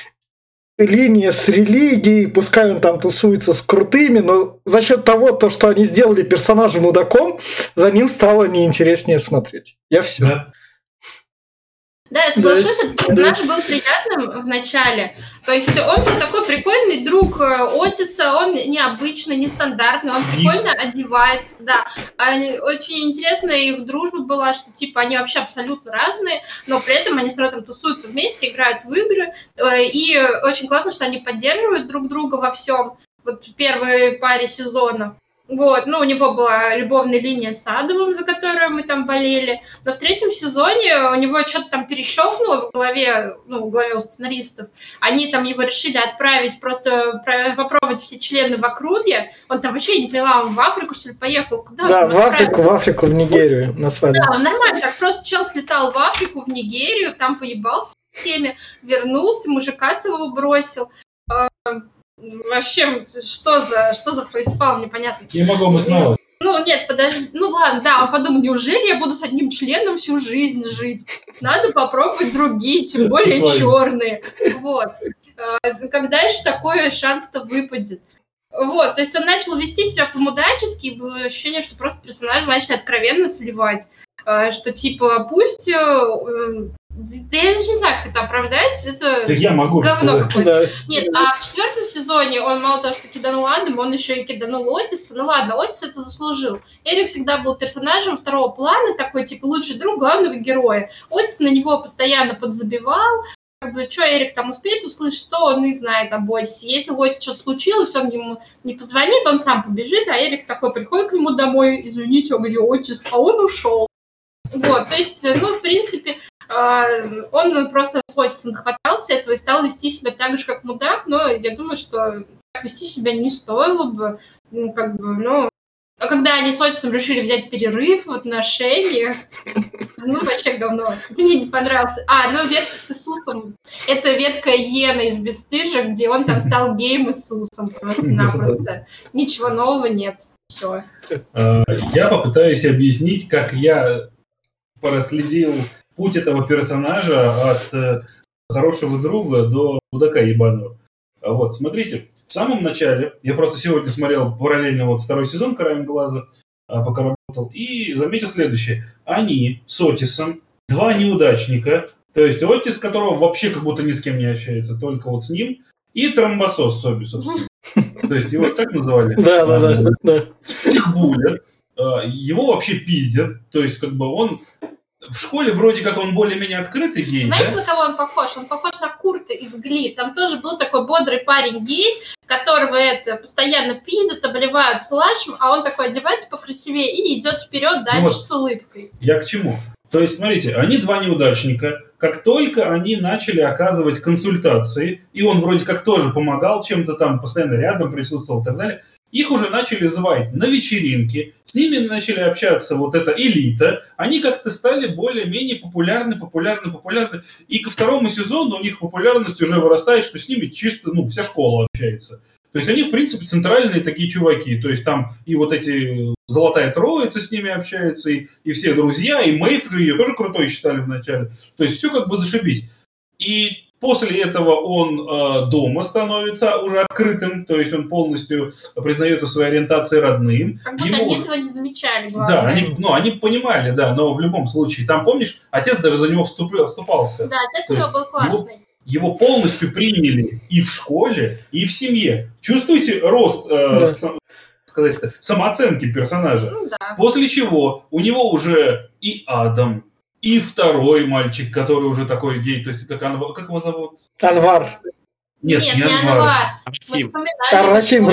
линия с религией, пускай он там тусуется с крутыми, но за счет того, что они сделали персонажа мудаком, за ним стало неинтереснее смотреть. Я все. Да, я соглашусь, этот персонаж был приятным в начале. То есть он не такой прикольный друг Отиса, он необычный, нестандартный, он прикольно одевается, да. Очень интересная их дружба была, что типа они вообще абсолютно разные, но при этом они все равно там тусуются вместе, играют в игры, и очень классно, что они поддерживают друг друга во всем. Вот в первой паре сезонов. Вот, у него была любовная линия с Адамом, за которую мы там болели. Но в 3-м сезоне у него что-то там перещелкнуло в голове, в голове у сценаристов. Они там его решили отправить просто попробовать все члены в округе. Он там вообще не поняла, он в Африку, что ли, поехал? Куда? Да, в Африку, в Нигерию на свадьбу. Да, нормально, так просто чел слетал в Африку, в Нигерию, там поебался с всеми, вернулся, мужика своего бросил. Вообще, что за фейспалм, непонятно. Не могу обосновать. Нет, подожди. Ладно, да, он подумал, неужели я буду с одним членом всю жизнь жить? Надо попробовать другие, тем более черные. Вот. Когда еще такой шанс-то выпадет? Вот, то есть он начал вести себя по-мудачески, и было ощущение, что просто персонажи начали откровенно сливать. Что типа пусть... Да я даже не знаю, как это оправдать, это я могу говно какое-то. Да. Нет, а в 4-м сезоне он мало того, что киданул Адама, он еще и киданул Отиса. Ладно, Отис это заслужил. Эрик всегда был персонажем второго плана, такой, типа, лучший друг главного героя. Отис на него постоянно подзабивал. Что Эрик там успеет услышать, что он и знает об Отисе. Если у Отиса что-то случилось, он ему не позвонит, он сам побежит, а Эрик такой приходит к нему домой, извините, а где Отис? А он ушел. Вот, то есть, в принципе... Он просто с Отисом хватался этого и стал вести себя так же, как мудак, но я думаю, что так вести себя не стоило бы, А когда они с Отисом решили взять перерыв в отношениях, вообще говно. Мне не понравился. Ветка с Иисусом. Это ветка Йена из «Бесстыжих», где он там стал геем Иисусом просто-напросто. Ничего нового нет. Все. Я попытаюсь объяснить, как я проследил путь этого персонажа от хорошего друга до мудака ебаного. Вот, смотрите, в самом начале, я просто сегодня смотрел параллельно второй сезон «Краем глаза», пока работал, и заметил следующее. Они с Отисом, два неудачника, то есть Отис, которого вообще как будто ни с кем не общается, только с ним, и тромбосос Соби, собственно. То есть его так называли? Да. Их булят, его вообще пиздят, то есть он в школе вроде как он более-менее открытый гей, Знаете, да? на кого он похож? Он похож на Курта из Гли. Там тоже был такой бодрый парень гей, которого постоянно пиздят, обливают слащем, а он такой одевается покрасивее и идет вперед дальше Вот. с улыбкой. Я к чему? То есть, смотрите, они два неудачника. Как только они начали оказывать консультации, и он вроде как тоже помогал чем-то там, постоянно рядом присутствовал и так далее, их уже начали звать на вечеринки, с ними начали общаться вот эта элита, они как-то стали более-менее популярны. И ко второму сезону у них популярность уже вырастает, что с ними чисто, вся школа общается. То есть они, в принципе, центральные такие чуваки. То есть там и вот эти Золотая Троица с ними общаются, и все друзья, и Мэйв же ее тоже крутой считали вначале. То есть все как бы зашибись. И после этого он дома становится уже открытым, то есть он полностью признается в своей ориентации родным. Как будто они этого не замечали, главное. Да, они понимали, да, но в любом случае. Там, помнишь, отец даже за него вступался. Да, отец у него был классный. Его полностью приняли и в школе, и в семье. Чувствуете рост самооценки персонажа? Да. После чего у него уже и Адам, и второй мальчик, который уже такой гей, то есть как его зовут? Анвар. Нет, не Анвар. Рахим,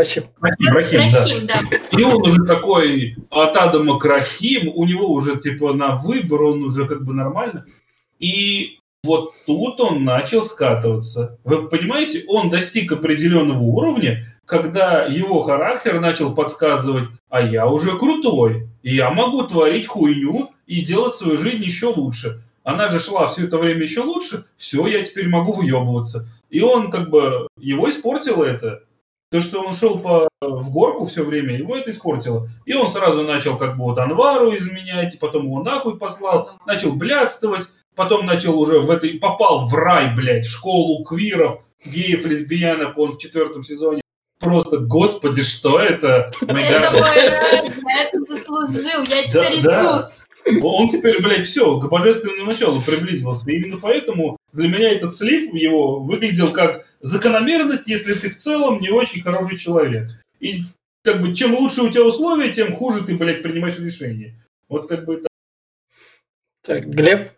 да. И он уже такой от Адама к Рахим, у него уже типа на выбор, он уже как бы нормально. И вот тут он начал скатываться. Вы понимаете, он достиг определенного уровня, когда его характер начал подсказывать, а я уже крутой, и я могу творить хуйню и делать свою жизнь еще лучше. Она же шла все это время еще лучше, все, я теперь могу выебываться. И он как бы, его испортило это. То, что он шел в горку все время, его это испортило. И он сразу начал как бы вот Анвару изменять, и потом его нахуй послал, начал блядствовать. Потом начал уже попал в рай, блядь, школу квиров, геев, лесбиянок, он в 4 сезоне. Просто, господи, что это? Это мой рай, я это заслужил, я теперь Иисус. Он теперь, блядь, все, к божественному началу приблизился. И именно поэтому для меня этот слив его выглядел как закономерность, если ты в целом не очень хороший человек. И как бы чем лучше у тебя условия, тем хуже ты, блядь, принимаешь решения. Вот как бы так. Так, Глеб?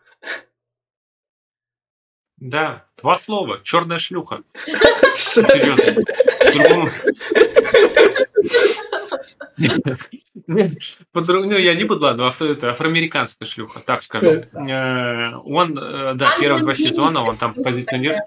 Да, 2 слова. Черная шлюха. Серьезно. Я не буду, ладно, это афроамериканская шлюха, так скажу. Он, да, первые 2 сезона, он там позиционировал.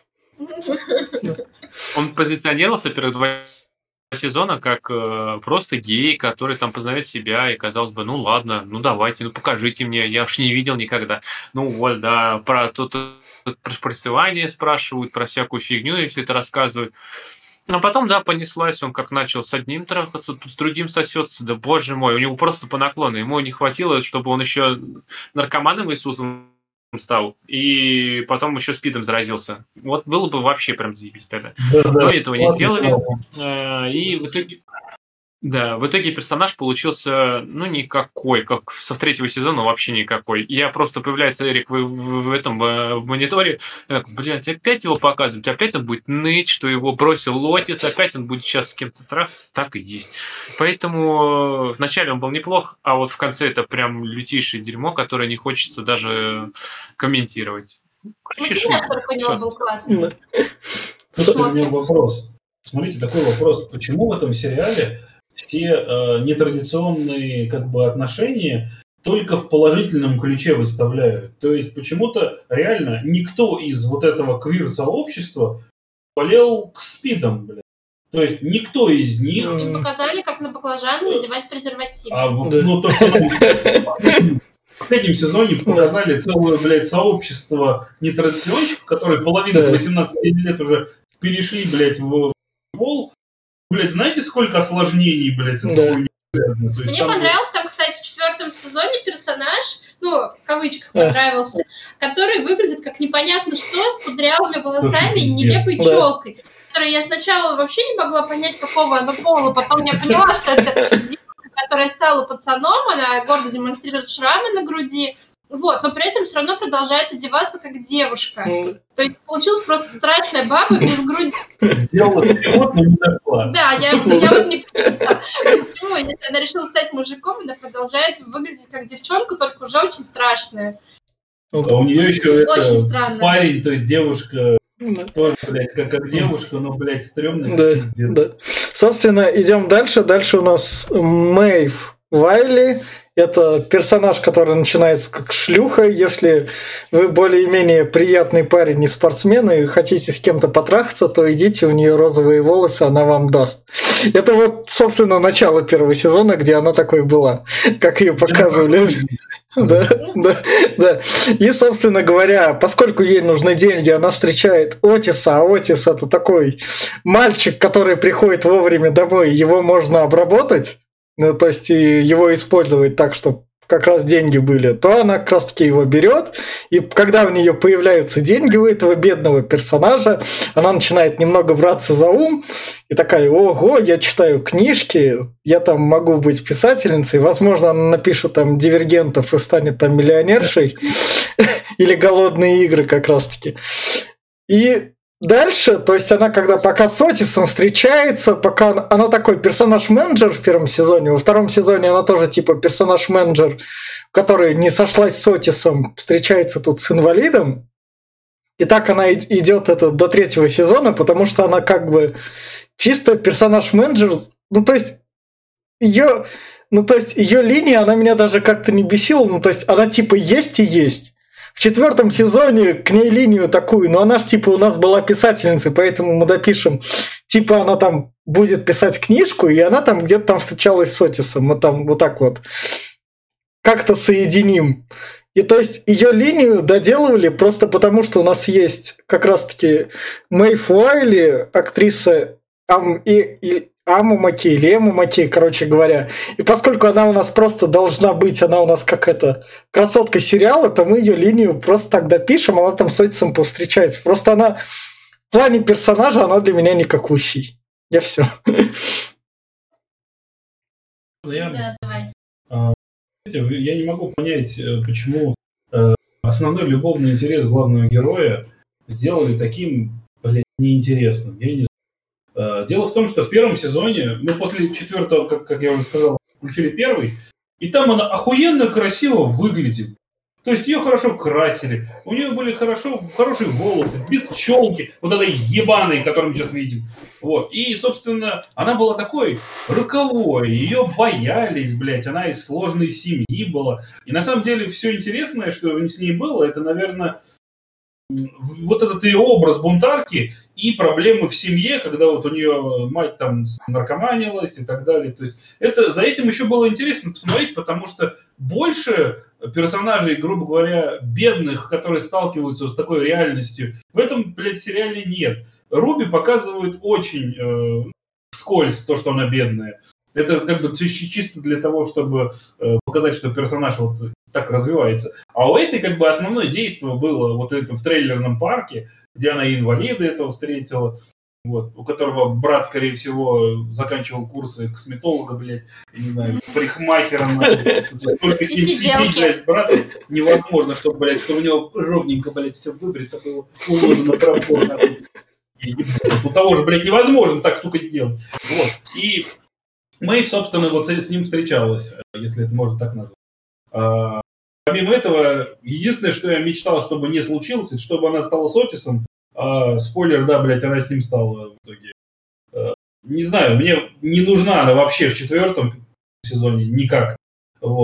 Он позиционировался первые 2 сезона как просто гей, который там познает себя, и казалось бы, ну ладно, ну давайте, ну покажите мне, я уж не видел никогда. Ну вот, да, про прессование спрашивают, про всякую фигню, если это рассказывают. А потом, да, понеслась, он как начал с одним трахаться, с другим сосется, да боже мой, у него просто по наклону, ему не хватило, чтобы он еще наркоманом Иисусом стал, и потом еще спидом заразился. Вот было бы вообще прям заебись тогда. Но этого не сделали, и в итоге... Да, в итоге персонаж получился, ну, никакой, как со 3 сезона вообще никакой. Я просто появляется Эрик в этом в мониторе, я такой, блядь, опять его показывают, опять он будет ныть, что его бросил Лотис, опять он будет сейчас с кем-то трахаться, так и есть. Поэтому вначале он был неплох, а вот в конце это прям лютейшее дерьмо, которое не хочется даже комментировать. Материал только у него был классный. Слушайте, у меня вопрос. Смотрите, такой вопрос. Почему в этом сериале все нетрадиционные как бы отношения только в положительном ключе выставляют? То есть почему-то реально никто из вот этого квир-сообщества болел к спидам, блядь. То есть никто из них... Им показали, как на баклажаны надевать презерватив. Ну, то, что в последнем сезоне показали целое, блядь, сообщество нетрадиционщиков, которые половину 18 лет уже перешли, блядь, в пол. Блядь, знаете, сколько осложнений, блядь, Мне понравился там, кстати, в 4 сезоне персонаж, ну, в кавычках понравился, который выглядит как непонятно что, с кудрявыми волосами и нелепой челкой, которую я сначала вообще не могла понять, какого она пола, потом я поняла, что это девушка, которая стала пацаном, она гордо демонстрирует шрамы на груди, вот, но при этом все равно продолжает одеваться как девушка. То есть получилась просто страшная баба без груди. Сделала перевод, но не дошла. Да, я вот не поняла. Почему? она решила стать мужиком, она продолжает выглядеть как девчонка, только уже очень страшная. А у нее еще Очень странно. парень, то есть девушка, тоже, блядь, как девушка, но, блядь, стрёмная, как пиздец. Да. Собственно, идем дальше. Дальше у нас Мэйв Вайли. Это персонаж, который начинается как шлюха. Если вы более-менее приятный парень и спортсмен и хотите с кем-то потрахаться, то идите, у нее розовые волосы, она вам даст. Это вот, собственно, начало первого сезона, где она такой была, как ее показывали. Да. И, собственно говоря, поскольку ей нужны деньги, она встречает Отиса, а Отис это такой мальчик, который приходит вовремя домой, его можно обработать. Ну, то есть его использовать так, чтобы как раз деньги были, то она как раз таки его берет, и когда у нее появляются деньги у этого бедного персонажа, она начинает немного браться за ум, и такая: ого, я читаю книжки, я там могу быть писательницей, возможно, она напишет там «Дивергентов» и станет там миллионершей, или «Голодные игры» как раз таки. И дальше, то есть она пока с Отисом встречается, пока она такой персонаж-менеджер в первом сезоне, во втором сезоне она тоже типа персонаж-менеджер, который не сошлась с Отисом, встречается тут с инвалидом, и так она идет до третьего сезона, потому что она как бы чисто персонаж-менеджер, то есть ее линия, она меня даже как-то не бесила, то есть она типа есть и есть. В четвертом сезоне к ней линию такую, но она ж типа у нас была писательницей, поэтому мы допишем, типа она там будет писать книжку, и она там где-то там встречалась с Отисом, мы там вот так вот как-то соединим. И то есть ее линию доделывали просто потому, что у нас есть как раз-таки Мэйв Уайли, актриса Аму Маккей или Эму Маккей, короче говоря. И поскольку она у нас просто должна быть, она у нас как красотка сериала, то мы ее линию просто так допишем, она там с Отисом повстречается. Просто она в плане персонажа, она для меня никакущий. Я все. Да, давай. Я не могу понять, почему основной любовный интерес главного героя сделали таким, блядь, неинтересным. Я не знаю. Дело в том, что в первом сезоне, мы после четвертого, как я уже сказал, включили первый, и там она охуенно красиво выглядит. То есть ее хорошо красили, у нее были хорошие волосы, без челки, вот этой ебаной, которую мы сейчас видим. Вот. И, собственно, она была такой роковой, ее боялись, блядь, она из сложной семьи была. И на самом деле все интересное, что с ней было, это, наверное, вот этот ее образ бунтарки и проблемы в семье, когда вот у нее мать там наркоманилась и так далее. То есть за этим еще было интересно посмотреть, потому что больше персонажей, грубо говоря, бедных, которые сталкиваются с такой реальностью, в этом, блядь, сериале нет. Руби показывает очень вскользь то, что она бедная. Это как бы чисто для того, чтобы показать, что персонаж вот так развивается. А у этой как бы основное действие было вот это в трейлерном парке, где она и инвалида этого встретила, вот, у которого брат, скорее всего, заканчивал курсы косметолога, блядь, я не знаю, парикмахера, только с ним сидеть, блядь, с братом невозможно, чтобы, блядь, чтобы у него ровненько, блядь, все выбрито было, уложено пробор, нахуй. У того же, блядь, невозможно так, сука, сделать. Вот. И Мэйв, собственно, вот с ним встречалась, если это можно так назвать. Помимо этого, единственное, что я мечтал, чтобы не случилось, это чтобы она стала с Отисом. Спойлер, да, блядь, она с ним стала в итоге. Не знаю, мне не нужна она вообще в четвертом сезоне никак. Вот.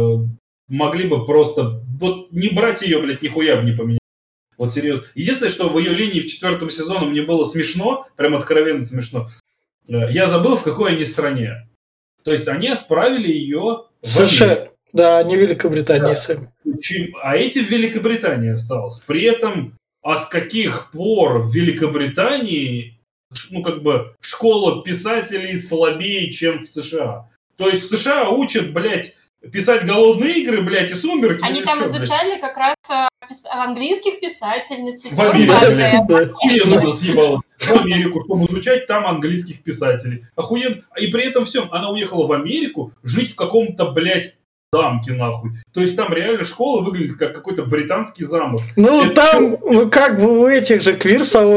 Могли бы просто... Вот не брать ее, блядь, нихуя бы не поменять. Вот серьезно. Единственное, что в ее линии в четвертом сезоне мне было смешно, прям откровенно смешно. Я забыл, в какой они стране. То есть они отправили ее в США. Да, не Великобритания сами. А эти в Великобритании осталось. При этом, а с каких пор в Великобритании, ну, как бы, школа писателей слабее, чем в США? То есть в США учат, блядь, писать «Голодные игры», блядь, и «Сумерки». Они там изучали как раз английских писательниц. В Америку, блядь. Охуенно она съебалась в Америку, чтобы изучать там английских писателей. Охуенно. И при этом всем она уехала в Америку жить в каком-то, блядь, замке, нахуй. То есть там реально школа выглядит как какой-то британский замок. Ну, это... там, ну, как бы у этих же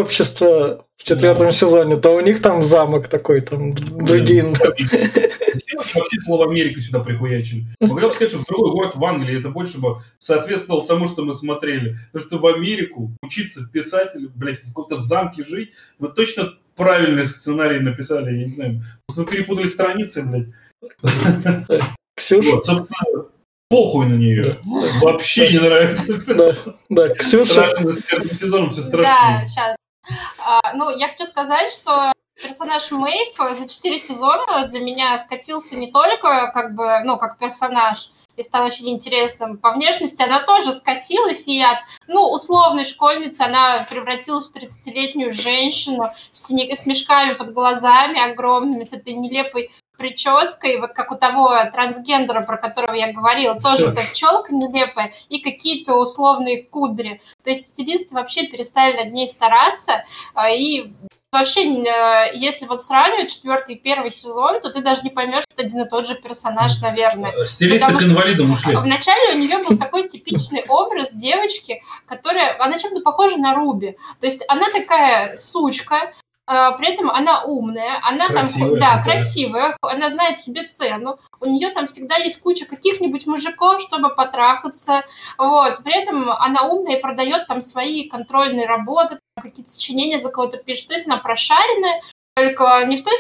квир-сообщества в четвертом сезоне, то у них там замок такой, там другие. Зачем они вообще слово «Америка» сюда прихуячили? Могла бы сказать, что в другой город в Англии это больше бы соответствовало тому, что мы смотрели. Потому что в Америку учиться писателю, блядь, в каком-то замке жить, вы точно правильный сценарий написали, я не знаю. Вы перепутали страницы, блядь. Ксюша? Вот, собственно, похуй на нее. Да. Вообще не нравится. Да, Ксюша. Страшно, с первым сезоном все страшно. Да, сейчас. Я хочу сказать, что персонаж Мэйв за 4 сезона для меня скатился не только как персонаж и стал очень интересным. По внешности она тоже скатилась, и от условной школьницы она превратилась в 30-летнюю женщину с мешками под глазами огромными, с этой нелепой прической, вот как у того трансгендера, про которого я говорила, тоже вот эта челка нелепая и какие-то условные кудри. То есть стилисты вообще перестали над ней стараться, и вообще, если вот сравнивать 4-й и 1-й сезон, то ты даже не поймешь, что это один и тот же персонаж, наверное. Стилисты к инвалидам ушли. Вначале у нее был такой типичный образ девочки, она чем-то похожа на Руби. То есть она такая сучка, при этом она умная, она красивая, красивая, она знает себе цену, у нее там всегда есть куча каких-нибудь мужиков, чтобы потрахаться, вот, при этом она умная и продает там свои контрольные работы, какие-то сочинения за кого-то пишет, то есть она прошаренная, только не в той,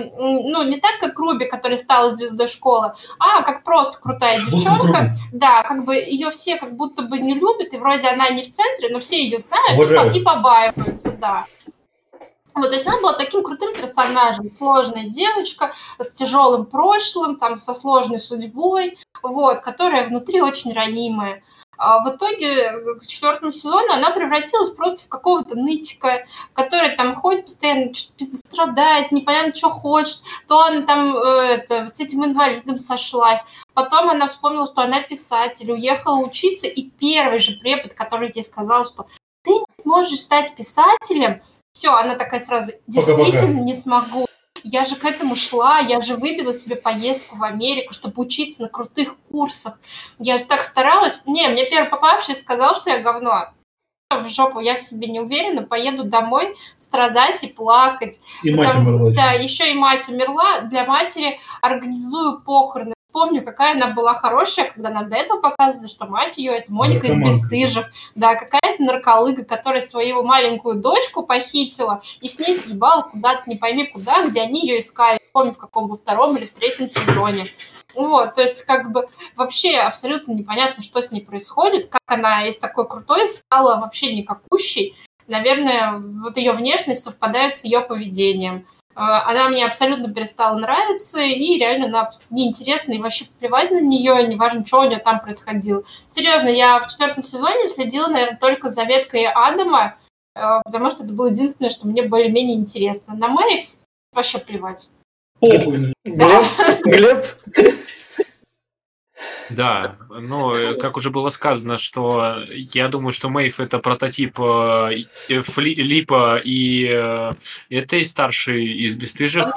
не так, как Руби, которая стала звездой школы, а как просто крутая девчонка. Да, как бы ее все как будто бы не любят, и вроде она не в центре, но все ее знают и побаиваются, да. Вот, то есть она была таким крутым персонажем, сложная девочка с тяжелым прошлым, там, со сложной судьбой, вот, которая внутри очень ранимая. А в итоге к 4-му сезону она превратилась просто в какого-то нытика, который там ходит постоянно, что-то страдает, непонятно, что хочет. То она там с этим инвалидом сошлась. Потом она вспомнила, что она писатель, уехала учиться, и первый же препод, который ей сказал, что ты не сможешь стать писателем, все, она такая сразу, действительно не смогу. Я же к этому шла, я же выбила себе поездку в Америку, чтобы учиться на крутых курсах. Я же так старалась. Мне первый попавший сказал, что я говно. В жопу, я в себе не уверена, поеду домой страдать и плакать. И мать умерла. Да, еще и мать умерла. Для матери организую похороны. Помню, какая она была хорошая, когда нам до этого показывали, что мать ее это Моника из «Бесстыжих». Да, какая-то нарколыга, которая свою маленькую дочку похитила и с ней съебала куда-то, не пойми куда, где они ее искали. Не помню, в каком, во 2-м или в 3-м сезоне. Вот, то есть как бы вообще абсолютно непонятно, что с ней происходит, как она из такой крутой стала вообще никакущей. Наверное, вот ее внешность совпадает с ее поведением. Она мне абсолютно перестала нравиться, и реально она неинтересна, и вообще плевать на нее, неважно, что у нее там происходило. Серьезно, я в 4-м сезоне следила, наверное, только за веткой Адама, потому что это было единственное, что мне более-менее интересно. На Мэйв вообще плевать. Глеб? Да, как уже было сказано, что я думаю, что Мэйв это прототип Липа и этой старшей из «Бесстыжих».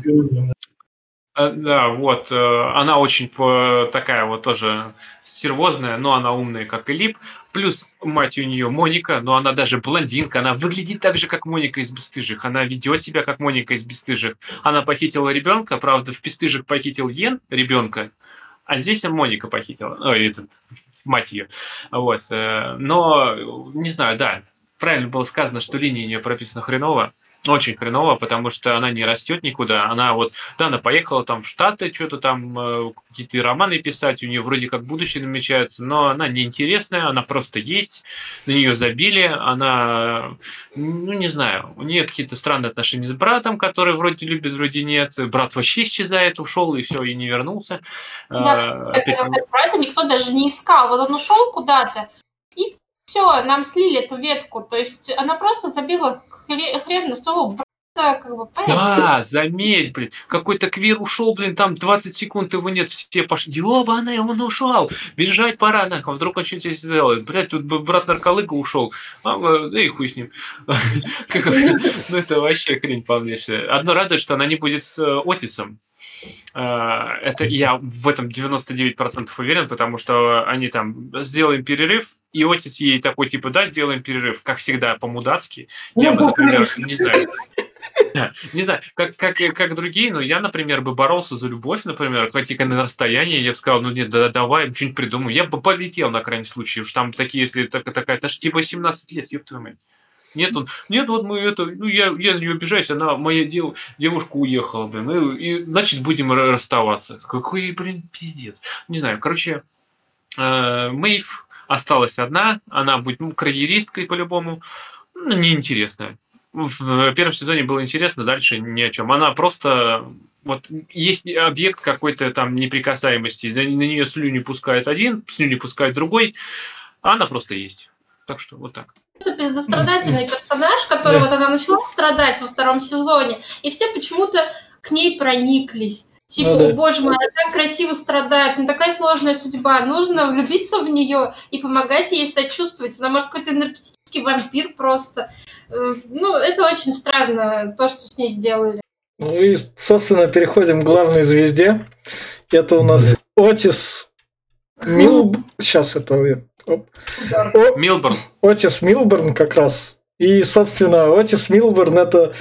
Да, вот, она очень такая вот тоже стервозная, но она умная, как и Лип. Плюс мать у нее Моника, но она даже блондинка, она выглядит так же, как Моника из «Бесстыжих». Она ведет себя, как Моника из «Бесстыжих». Она похитила ребенка, правда, в «Бесстыжих» похитил Йен ребенка, а здесь Моника похитила, мать ее. Вот. Но, не знаю, да, правильно было сказано, что линия у нее прописана хреново. Очень хреново, потому что она не растет никуда. Она она поехала там в Штаты, что-то там, какие-то романы писать, у нее вроде как будущее намечается, но она неинтересная, она просто есть, на нее забили, она, не знаю, у нее какие-то странные отношения с братом, который вроде любит, вроде нет, брат вообще исчезает, ушел и все, и не вернулся. Да, брата никто даже не искал, вот он ушел куда-то, и все, нам слили эту ветку, то есть она просто забила хрен на своего брата, как бы, понятно. Да, заметь, блин, какой-то квир ушел, блин, там 20 секунд его нет, все пошли, ёбаный, он ушел, бежать пора, нахуй, вдруг он что-то сделает, блядь, тут брат нарколыга ушел, да и хуй с ним. Это вообще хрень полнейшая. Одно радует, что она не будет с Отисом. Это я в этом 99% уверен, потому что они там сделаем перерыв, и Отис ей такой, типа, да, сделаем перерыв, как всегда, по-мудацки. Я бы, например, не знаю, Не знаю, как другие, но я, например, бы боролся за любовь, например, хоть и на расстоянии, я бы сказал, ну нет, давай, что-нибудь придумаем. Я бы полетел на крайний случай, уж там такие, если такая, это ж типа 17 лет, ёб твою мать. Нет, вот мы это, ну я на нее обижаюсь, она, моя девушка уехала, блин, и значит будем расставаться. Какой, блин, пиздец. Не знаю, короче, Мэйв осталась одна, она будет карьеристкой по-любому, неинтересная. В первом сезоне было интересно, дальше ни о чем. Она просто... Вот есть объект какой-то там неприкасаемости, на нее слюни пускает один, слюни пускает другой, а она просто есть. Так что вот так. Это пиздострадательный персонаж, который вот она начала страдать во втором сезоне, и все почему-то к ней прониклись. Типа, о боже мой, она так красиво страдает, ну такая сложная судьба, нужно влюбиться в нее и помогать ей сочувствовать. Она, может, какой-то энергетический вампир просто. Ну, это очень странно, то, что с ней сделали. Ну и, собственно, переходим к главной звезде. Это у нас Отис Сейчас это... Милборн. Отис Милборн как раз. И, собственно, Отис Милборн это...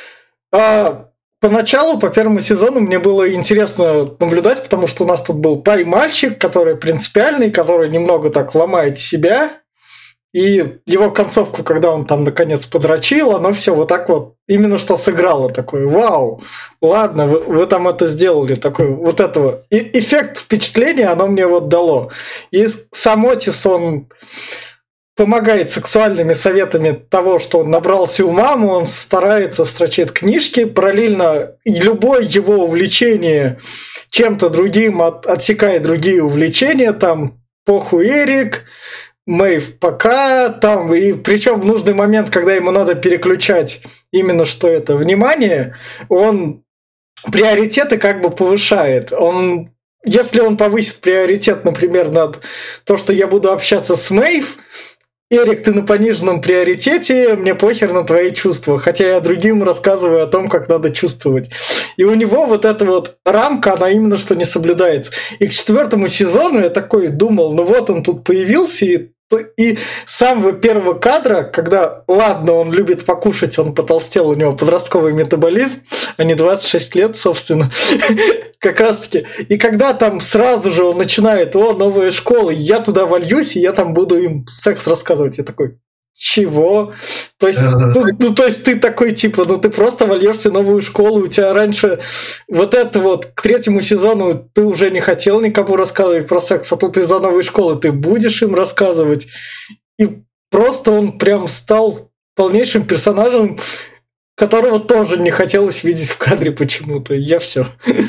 Поначалу, по первому сезону, мне было интересно наблюдать, потому что у нас тут был мальчик, который принципиальный, который немного так ломает себя. И его концовку, когда он там наконец подрочил, оно все вот так вот именно что сыграло. Такой, вау, ладно, вы там это сделали. Такой вот этого. И эффект впечатления оно мне вот дало. И сам Отис, он помогает сексуальными советами того, что он набрался у мамы, он старается, строчит книжки, параллельно любое его увлечение чем-то другим отсекает другие увлечения, там похуй Эрик, Мэйв пока, там, и причем в нужный момент, когда ему надо переключать именно что это внимание, он приоритеты как бы повышает. Если он повысит приоритет, например, над то, что я буду общаться с Мэйв, Эрик, ты на пониженном приоритете, мне похер на твои чувства, хотя я другим рассказываю о том, как надо чувствовать. И у него вот эта вот рамка, она именно что не соблюдается. И к 4 сезону я такой думал, ну вот он тут появился, и с самого первого кадра, когда, ладно, он любит покушать, он потолстел, у него подростковый метаболизм, а не 26 лет, собственно, как раз-таки. И когда там сразу же он начинает, новая школа, я туда вольюсь, и я там буду им секс рассказывать. Я такой, чего? То есть ты такой, типа, ты просто вольешься в новую школу, у тебя раньше вот это вот к 3 сезону ты уже не хотел никому рассказывать про секс, а тут из-за новой школы ты будешь им рассказывать. И просто он прям стал полнейшим персонажем, которого тоже не хотелось видеть в кадре почему-то. Я все.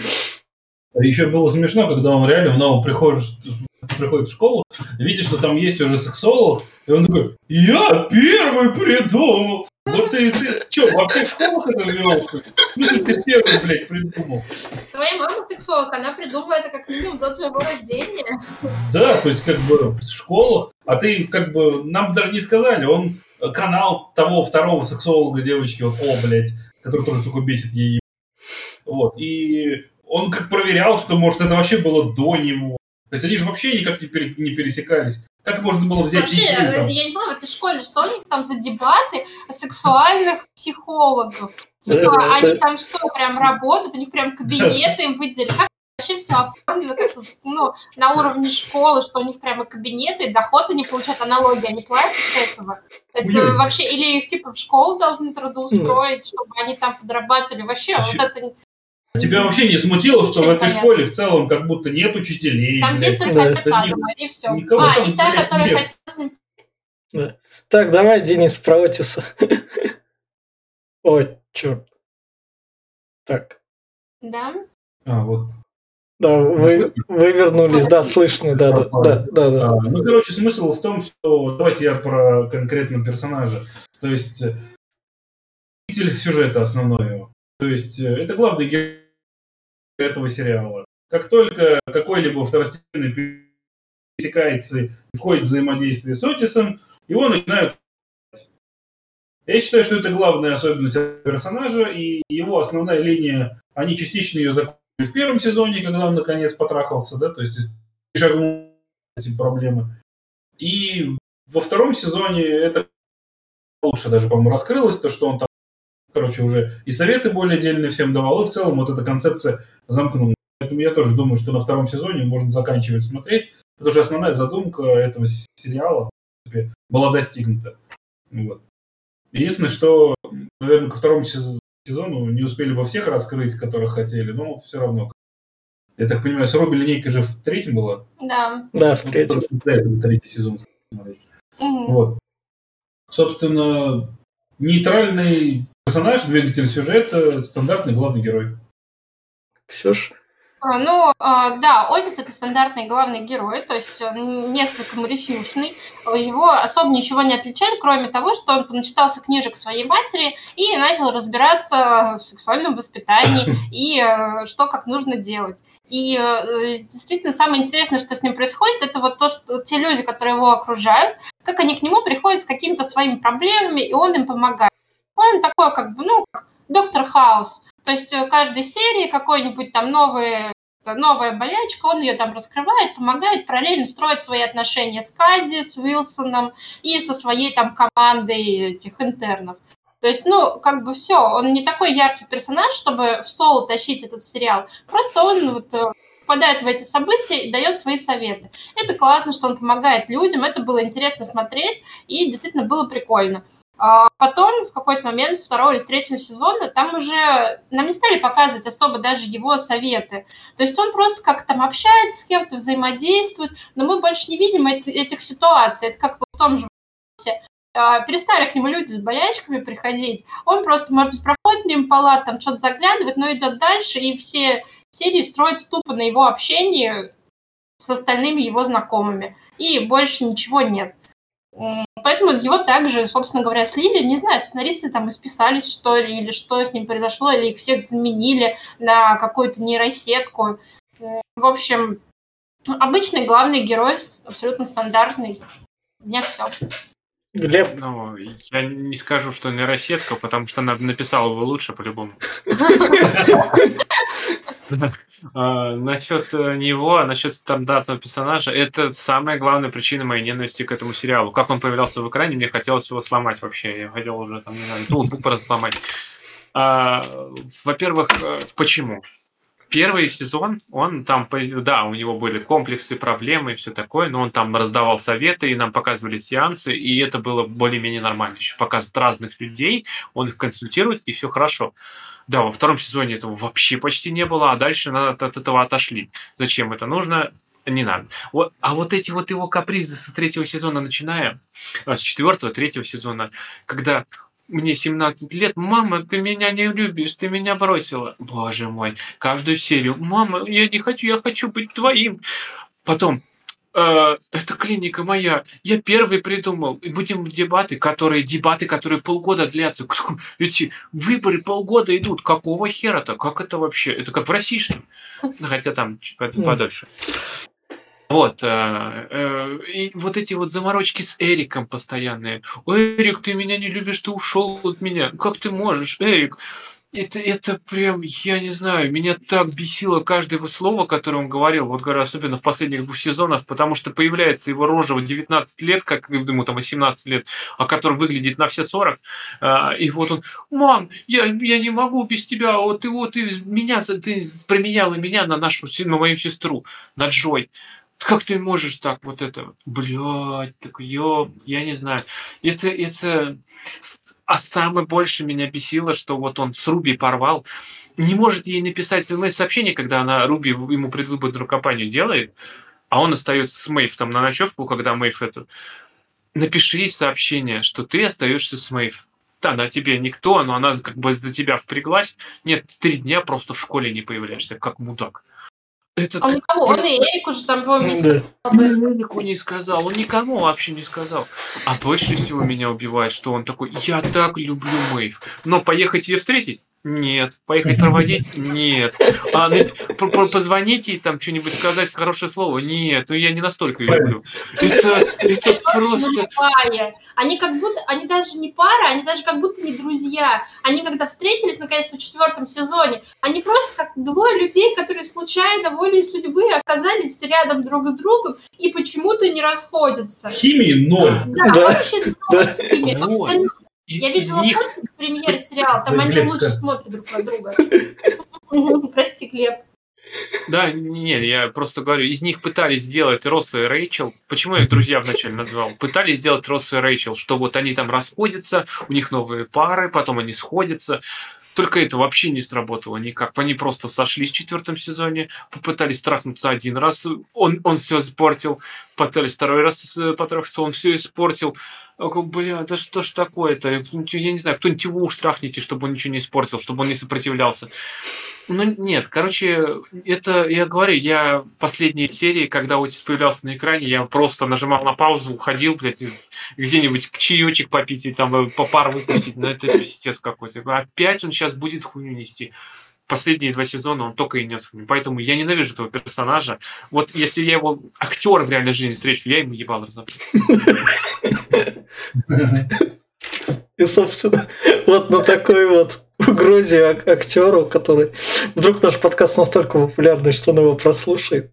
Еще было смешно, когда он реально в новом приходит в школу, видит, что там есть уже сексолог, и он такой, я первый придумал. Вот ты что, во всех школах это вел? В смысле, ты первый, блядь, придумал? Твоя мама сексолог, она придумала это как минимум до твоего рождения. Да, то есть как бы в школах, а ты как бы, нам даже не сказали, он канал того второго сексолога девочки, вот, блядь, который тоже, сука, бесит ей. Вот, и он как проверял, что, может, это вообще было до него. То есть они же вообще никак не пересекались. Как можно было взять... Вообще, я не понимаю, в этой школе, что у них там за дебаты сексуальных психологов? Типа, они там что, прям работают, у них прям кабинеты им выделили. Как вообще все оформлено как-то, на уровне школы, что у них прямо кабинеты, и доход они получают, аналоги, они платят с этого? Это вообще... Или их, типа, в школу должны трудоустроить, чтобы они там подрабатывали? Вообще, вот это... Тебя вообще не смутило, что в этой школе в целом как будто нет учителей? Там есть только отец Адама, и все. И та, которая хотела... Так, давай, Денис, про Отиса. Ой, черт. Так. Да? Вот. Да, вы вернулись, да, слышно, да. Ну, короче, смысл в том, что... Давайте я про конкретного персонажа. То есть, сюжета основной. То есть, это главный герой этого сериала. Как только какой-либо второстепенный пересекается и входит в взаимодействие с Отисом, его начинают... Я считаю, что это главная особенность персонажа, и его основная линия, они частично ее закончили в первом сезоне, когда он наконец потрахался, да, то есть шагнул эти проблемы. И во втором сезоне это лучше даже, по-моему, раскрылось, то, что он там короче, уже и советы более дельные всем давал, и в целом вот эта концепция замкнула. Поэтому я тоже думаю, что на втором сезоне можно заканчивать смотреть, потому что основная задумка этого сериала, в принципе, была достигнута. Вот. Единственное, что, наверное, ко второму сезону не успели бы всех раскрыть, которых хотели, но все равно. Я так понимаю, с Робби линейка же в третьем была? Да. Да, в третьем. Это третий сезон смотреть. Вот. Собственно, нейтральный персонаж, двигатель сюжета, стандартный главный герой. Ксюш? Да, Отис — это стандартный главный герой, то есть он несколько мрачнушный. Его особо ничего не отличает, кроме того, что он начитался книжек своей матери и начал разбираться в сексуальном воспитании и что как нужно делать. И действительно, самое интересное, что с ним происходит, это вот то, что те люди, которые его окружают, как они к нему приходят с какими-то своими проблемами, и он им помогает. Он такой, как доктор Хаус. То есть в каждой серии какой-нибудь там новая болячка, он ее там раскрывает, помогает параллельно строить свои отношения с Кадди, с Уилсоном и со своей там командой этих интернов. То есть, все, он не такой яркий персонаж, чтобы в соло тащить этот сериал. Просто он попадает в эти события и дает свои советы. Это классно, что он помогает людям, это было интересно смотреть, и действительно было прикольно. А потом, в какой-то момент, с второго или с третьего сезона, там уже нам не стали показывать особо даже его советы. То есть он просто как-то там общается с кем-то, взаимодействует, но мы больше не видим этих ситуаций. Это как в том же вопросе. Перестали к нему люди с болячками приходить. Он просто, может быть, проходит мимо палат, там что-то заглядывает, но идет дальше, и все серии строятся тупо на его общении с остальными его знакомыми. И больше ничего нет. Поэтому его также, собственно говоря, слили. Не знаю, сценаристы там исписались, что ли, или что с ним произошло, или их всех заменили на какую-то нейросетку. В общем, обычный главный герой, абсолютно стандартный. У меня все. Глеб? Я не скажу, что нейросетка, потому что она написала его лучше по-любому. Насчет него, насчет стандартного персонажа, это самая главная причина моей ненависти к этому сериалу. Как он появлялся в экране, мне хотелось его сломать вообще. Я хотел уже там, не знаю, ноутбук просто сломать. Во-первых, почему? Первый сезон, он там, да, у него были комплексы, проблемы и все такое, но он там раздавал советы, и нам показывали сеансы, и это было более-менее нормально. Еще показывают разных людей, он их консультирует, и все хорошо. Да, во втором сезоне этого вообще почти не было, а дальше от этого отошли. Зачем это нужно? Не надо. А вот эти вот его капризы с третьего сезона начиная, с четвертого, третьего сезона, когда мне 17 лет, мама, ты меня не любишь, ты меня бросила. Боже мой, каждую серию, мама, я не хочу, я хочу быть твоим. Потом, это клиника моя, я первый придумал, и будем дебаты, которые полгода длятся. Эти выборы полгода идут, какого хера-то, как это вообще? Это как в России, что ли? Хотя там подольше. Вот, и вот эти вот заморочки с Эриком постоянные. Эрик, ты меня не любишь, ты ушел от меня. Как ты можешь, Эрик? Это прям, я не знаю, меня так бесило каждое его слово, которое он говорил, вот говорю, особенно в последних 2 сезонах, потому что появляется его рожа в 19 лет, как ему там 18 лет, а который выглядит на все 40, и вот он, мам, я не могу без тебя, ты променяла меня на мою сестру, на Джой. Как ты можешь так вот это, блядь, я не знаю. Это... А самое больше меня бесило, что вот он с Руби порвал. Не может ей написать смс-сообщение, когда она Руби ему предвыборную кампанию делает, а он остается с Мэйв там на ночевку, когда Мэйв это... Напиши ей сообщение, что ты остаешься с Мэйв. Да, она тебе никто, но она как бы за тебя впряглась. Нет, 3 дня просто в школе не появляешься, как мудак. Он никому, он и Эрику же там, по-моему, не сказал. Эрику не сказал, он никому вообще не сказал. А больше всего меня убивает, что он такой, я так люблю Мэйв, но поехать ее встретить? Нет. Поехать проводить? Нет. Позвонить ей там что-нибудь сказать, хорошее слово? Нет. Я не настолько ее люблю. Это просто... Они даже не пара, они даже как будто не друзья. Они когда встретились, наконец, в 4 сезоне, они просто как 2 людей, которые случайно, волей судьбы оказались рядом друг с другом и почему-то не расходятся. Химии 0. Да, вообще 0 химии, абсолютно. Я видела фотки с премьеры сериала, там они лучше смотрят друг на друга. Прости, Глеб. Да, нет, я просто говорю, из них пытались сделать Росса и Рэйчел. Почему я их друзья вначале назвал? Пытались сделать Росса и Рэйчел, что вот они там расходятся, у них новые пары, потом они сходятся. Только это вообще не сработало никак. Они просто сошлись в 4 сезоне, попытались трахнуться один раз, он все испортил, пытались 2 раз потрахаться, он все испортил. Бля, да что ж такое-то? Я не знаю, кто-нибудь его уж трахните, чтобы он ничего не испортил, чтобы он не сопротивлялся. Ну, нет, короче, это, я говорю, я последние серии, когда Отис появлялся на экране, я просто нажимал на паузу, уходил, блядь, где-нибудь чаечек попить и там по пар выпустить, но это пиздец какой-то. Опять он сейчас будет хуйню нести. Последние 2 сезона он только и нес хуйню. Поэтому я ненавижу этого персонажа. Вот если я его актера в реальной жизни встречу, я ему ебал разобью. И, собственно, вот на такой вот угрозе актеру, который... Вдруг наш подкаст настолько популярный, что он его прослушает.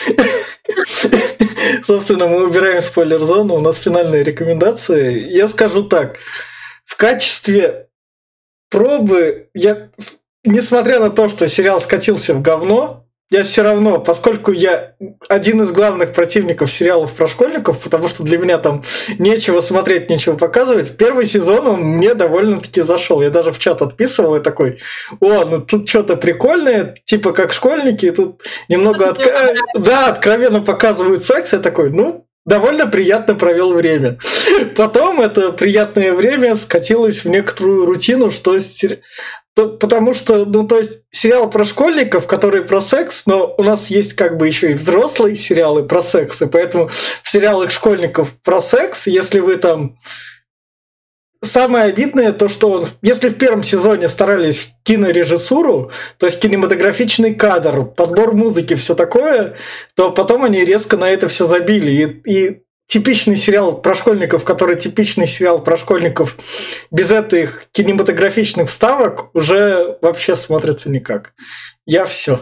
Собственно, мы убираем спойлер-зону, у нас финальные рекомендации. Я скажу так. В качестве пробы, несмотря на то, что сериал скатился в говно, я все равно, поскольку я один из главных противников сериалов про школьников, потому что для меня там нечего смотреть, нечего показывать, 1 сезон он мне довольно-таки зашел. Я даже в чат отписывал и такой: ну тут что-то прикольное, типа как школьники, и тут немного откровенно показывают секс. Я такой, довольно приятно провел время. Потом это приятное время скатилось в некоторую рутину, потому что, то есть, сериал про школьников, который про секс, но у нас есть как бы еще и взрослые сериалы про секс, и поэтому в сериалах школьников про секс, если вы там... Самое обидное то, что если в 1 сезоне старались кинорежиссуру, то есть кинематографичный кадр, подбор музыки, все такое, то потом они резко на это все забили. И типичный сериал про школьников, который типичный сериал про школьников без этих кинематографичных вставок, уже вообще смотрится никак. Я все.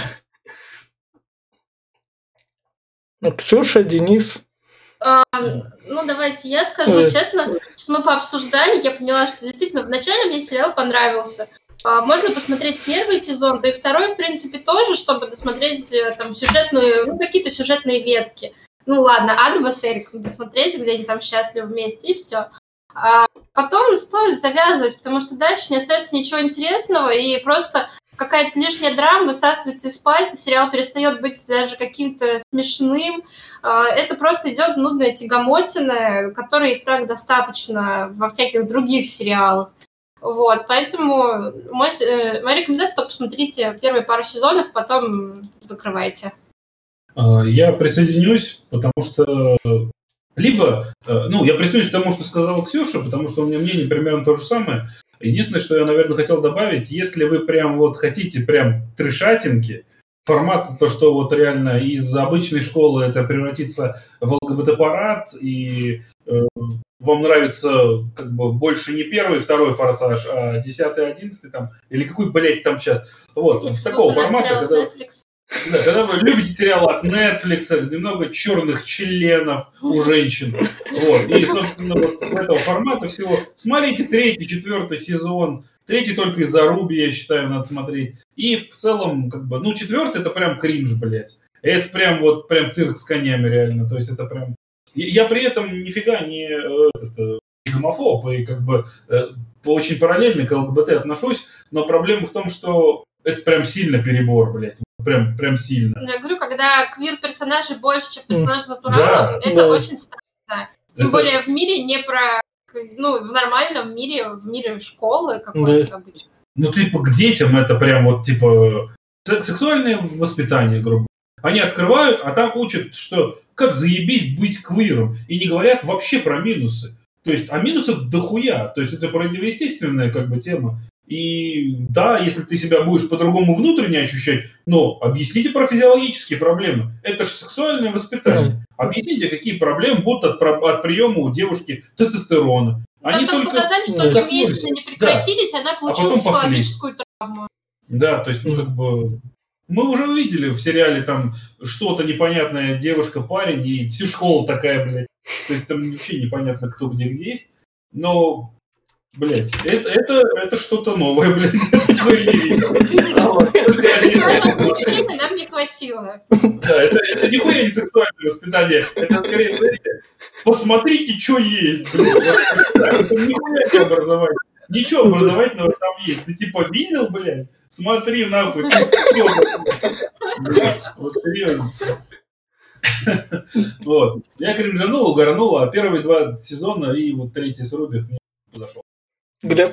Ксюша, Денис. Давайте я скажу честно, что мы пообсуждали, я поняла, что действительно вначале мне сериал понравился. Можно посмотреть 1 сезон, да и 2, в принципе, тоже, чтобы досмотреть там какие-то сюжетные ветки. Ладно, Адама с Эриком досмотреть, где они там счастливы вместе, и все. Потом стоит завязывать, потому что дальше не остается ничего интересного, и просто какая-то лишняя драма высасывается из пальца, сериал перестает быть даже каким-то смешным. Это просто идет нудная тягомотина, которой и так достаточно во всяких других сериалах. Вот, поэтому моя рекомендация: только посмотрите первые пару сезонов, потом закрывайте. Я присоединюсь, потому что... я присоединюсь к тому, что сказала Ксюша, потому что у меня мнение примерно то же самое. Единственное, что я, наверное, хотел добавить, если вы прям хотите прям трешатинки, формат, то, что вот реально из обычной школы это превратится в ЛГБТ-парад, и вам нравится как бы больше не 1 и 2 «Форсаж», а 10-й, 11-й там, или какой, блядь, там сейчас. Вот, если такого формата, когда вы любите сериалы от Netflix, где много черных членов у женщин. Вот. И, собственно, вот этого формата всего. Смотрите 3-й, 4-й сезон. 3-й только из-за Руби, я считаю, надо смотреть. И в целом, 4-й это прям кринж, блядь. Это прям цирк с конями, реально. То есть это прям... Я при этом нифига не гомофоб и очень параллельно к ЛГБТ отношусь, но проблема в том, что это прям сильно перебор, блядь. Прям сильно. Я говорю, когда квир-персонажей больше, чем персонажей натуралов, это очень странно. Тем более в мире не про... в нормальном мире, в мире школы какой-то обычно. К детям это прям сексуальное воспитание, грубо говоря. Они открывают, а там учат, что как заебись быть квиром. И не говорят вообще про минусы. То есть, а минусов дохуя. То есть, это противоестественная тема. И да, если ты себя будешь по-другому внутренне ощущать, но объясните про физиологические проблемы. Это же сексуальное воспитание. Объясните, какие проблемы будут от приема у девушки тестостерона. Они только показали, что месячные не прекратились, она получила психологическую травму. Да, то есть, мы уже увидели в сериале там что-то непонятное, девушка-парень, и всю школу такая, блядь. То есть там вообще непонятно, кто где есть. Но Блять, это что-то новое, блядь. Нам не хватило. Да, это нихуя не сексуальное воспитание. Это скорее, знаете, посмотрите, что есть, блядь. Это нихуя не образование. Ничего образовательного там есть. Ты типа видел, блядь? Смотри, нахуй, все. Вот серьезно. Вот. Я кринжанул, угорнул, а первые 2 сезона и вот 3-й с Руби мне подошел. Глеб?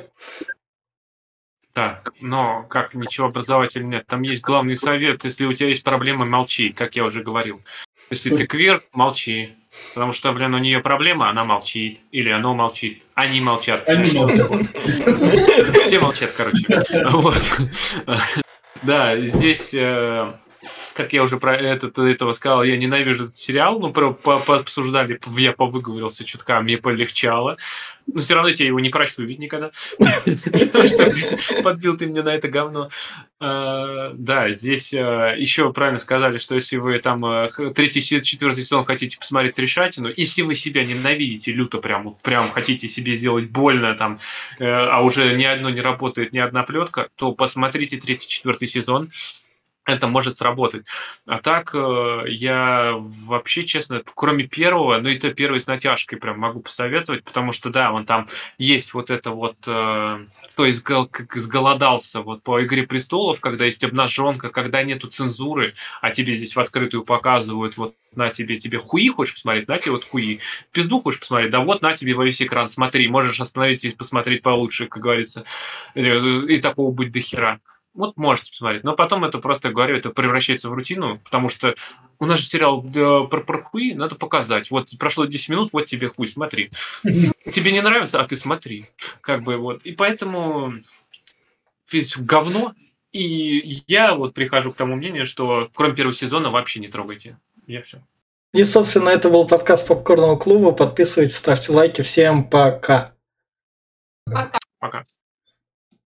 Так, но как ничего образовательного нет. Там есть главный совет, если у тебя есть проблемы, молчи, как я уже говорил. Если ты квир, молчи. Потому что, блин, у нее проблема, она молчит. Или оно молчит. Они молчат. Они молчат. Все молчат, короче. Вот. Да, здесь, как я уже про этого сказал, я ненавижу этот сериал, но пообсуждали, я повыговорился чутка, мне полегчало. Но все равно я тебе его не прощу ведь никогда. Потому что подбил ты мне на это говно. Да, здесь еще правильно сказали, что если вы там 3-й, 4-й сезон хотите посмотреть трешатину, если вы себя ненавидите люто, прям хотите себе сделать больно, там, а уже ни одно не работает, ни одна плетка, то посмотрите 3-й, 4-й сезон. Это может сработать. А так, я вообще, честно, кроме первого, ну это первый с натяжкой прям могу посоветовать, потому что, да, он там есть вот это вот, кто изголодался вот по «Игре престолов», когда есть обнаженка, когда нету цензуры, а тебе здесь в открытую показывают, вот на тебе хуи хочешь посмотреть, на тебе вот хуи, пизду хочешь посмотреть, да вот на тебе во весь экран, смотри, можешь остановиться и посмотреть получше, как говорится, и такого быть до хера. Вот можете посмотреть. Но потом это просто, говорю, это превращается в рутину, потому что у нас же сериал про хуи, надо показать. Вот прошло 10 минут, вот тебе хуй, смотри. Тебе не нравится, а ты смотри. Как бы вот. И поэтому весь говно. И я вот прихожу к тому мнению, что кроме первого сезона вообще не трогайте. Я все. И, собственно, это был подкаст Попкорного клуба. Подписывайтесь, ставьте лайки. Всем пока. Пока. Пока.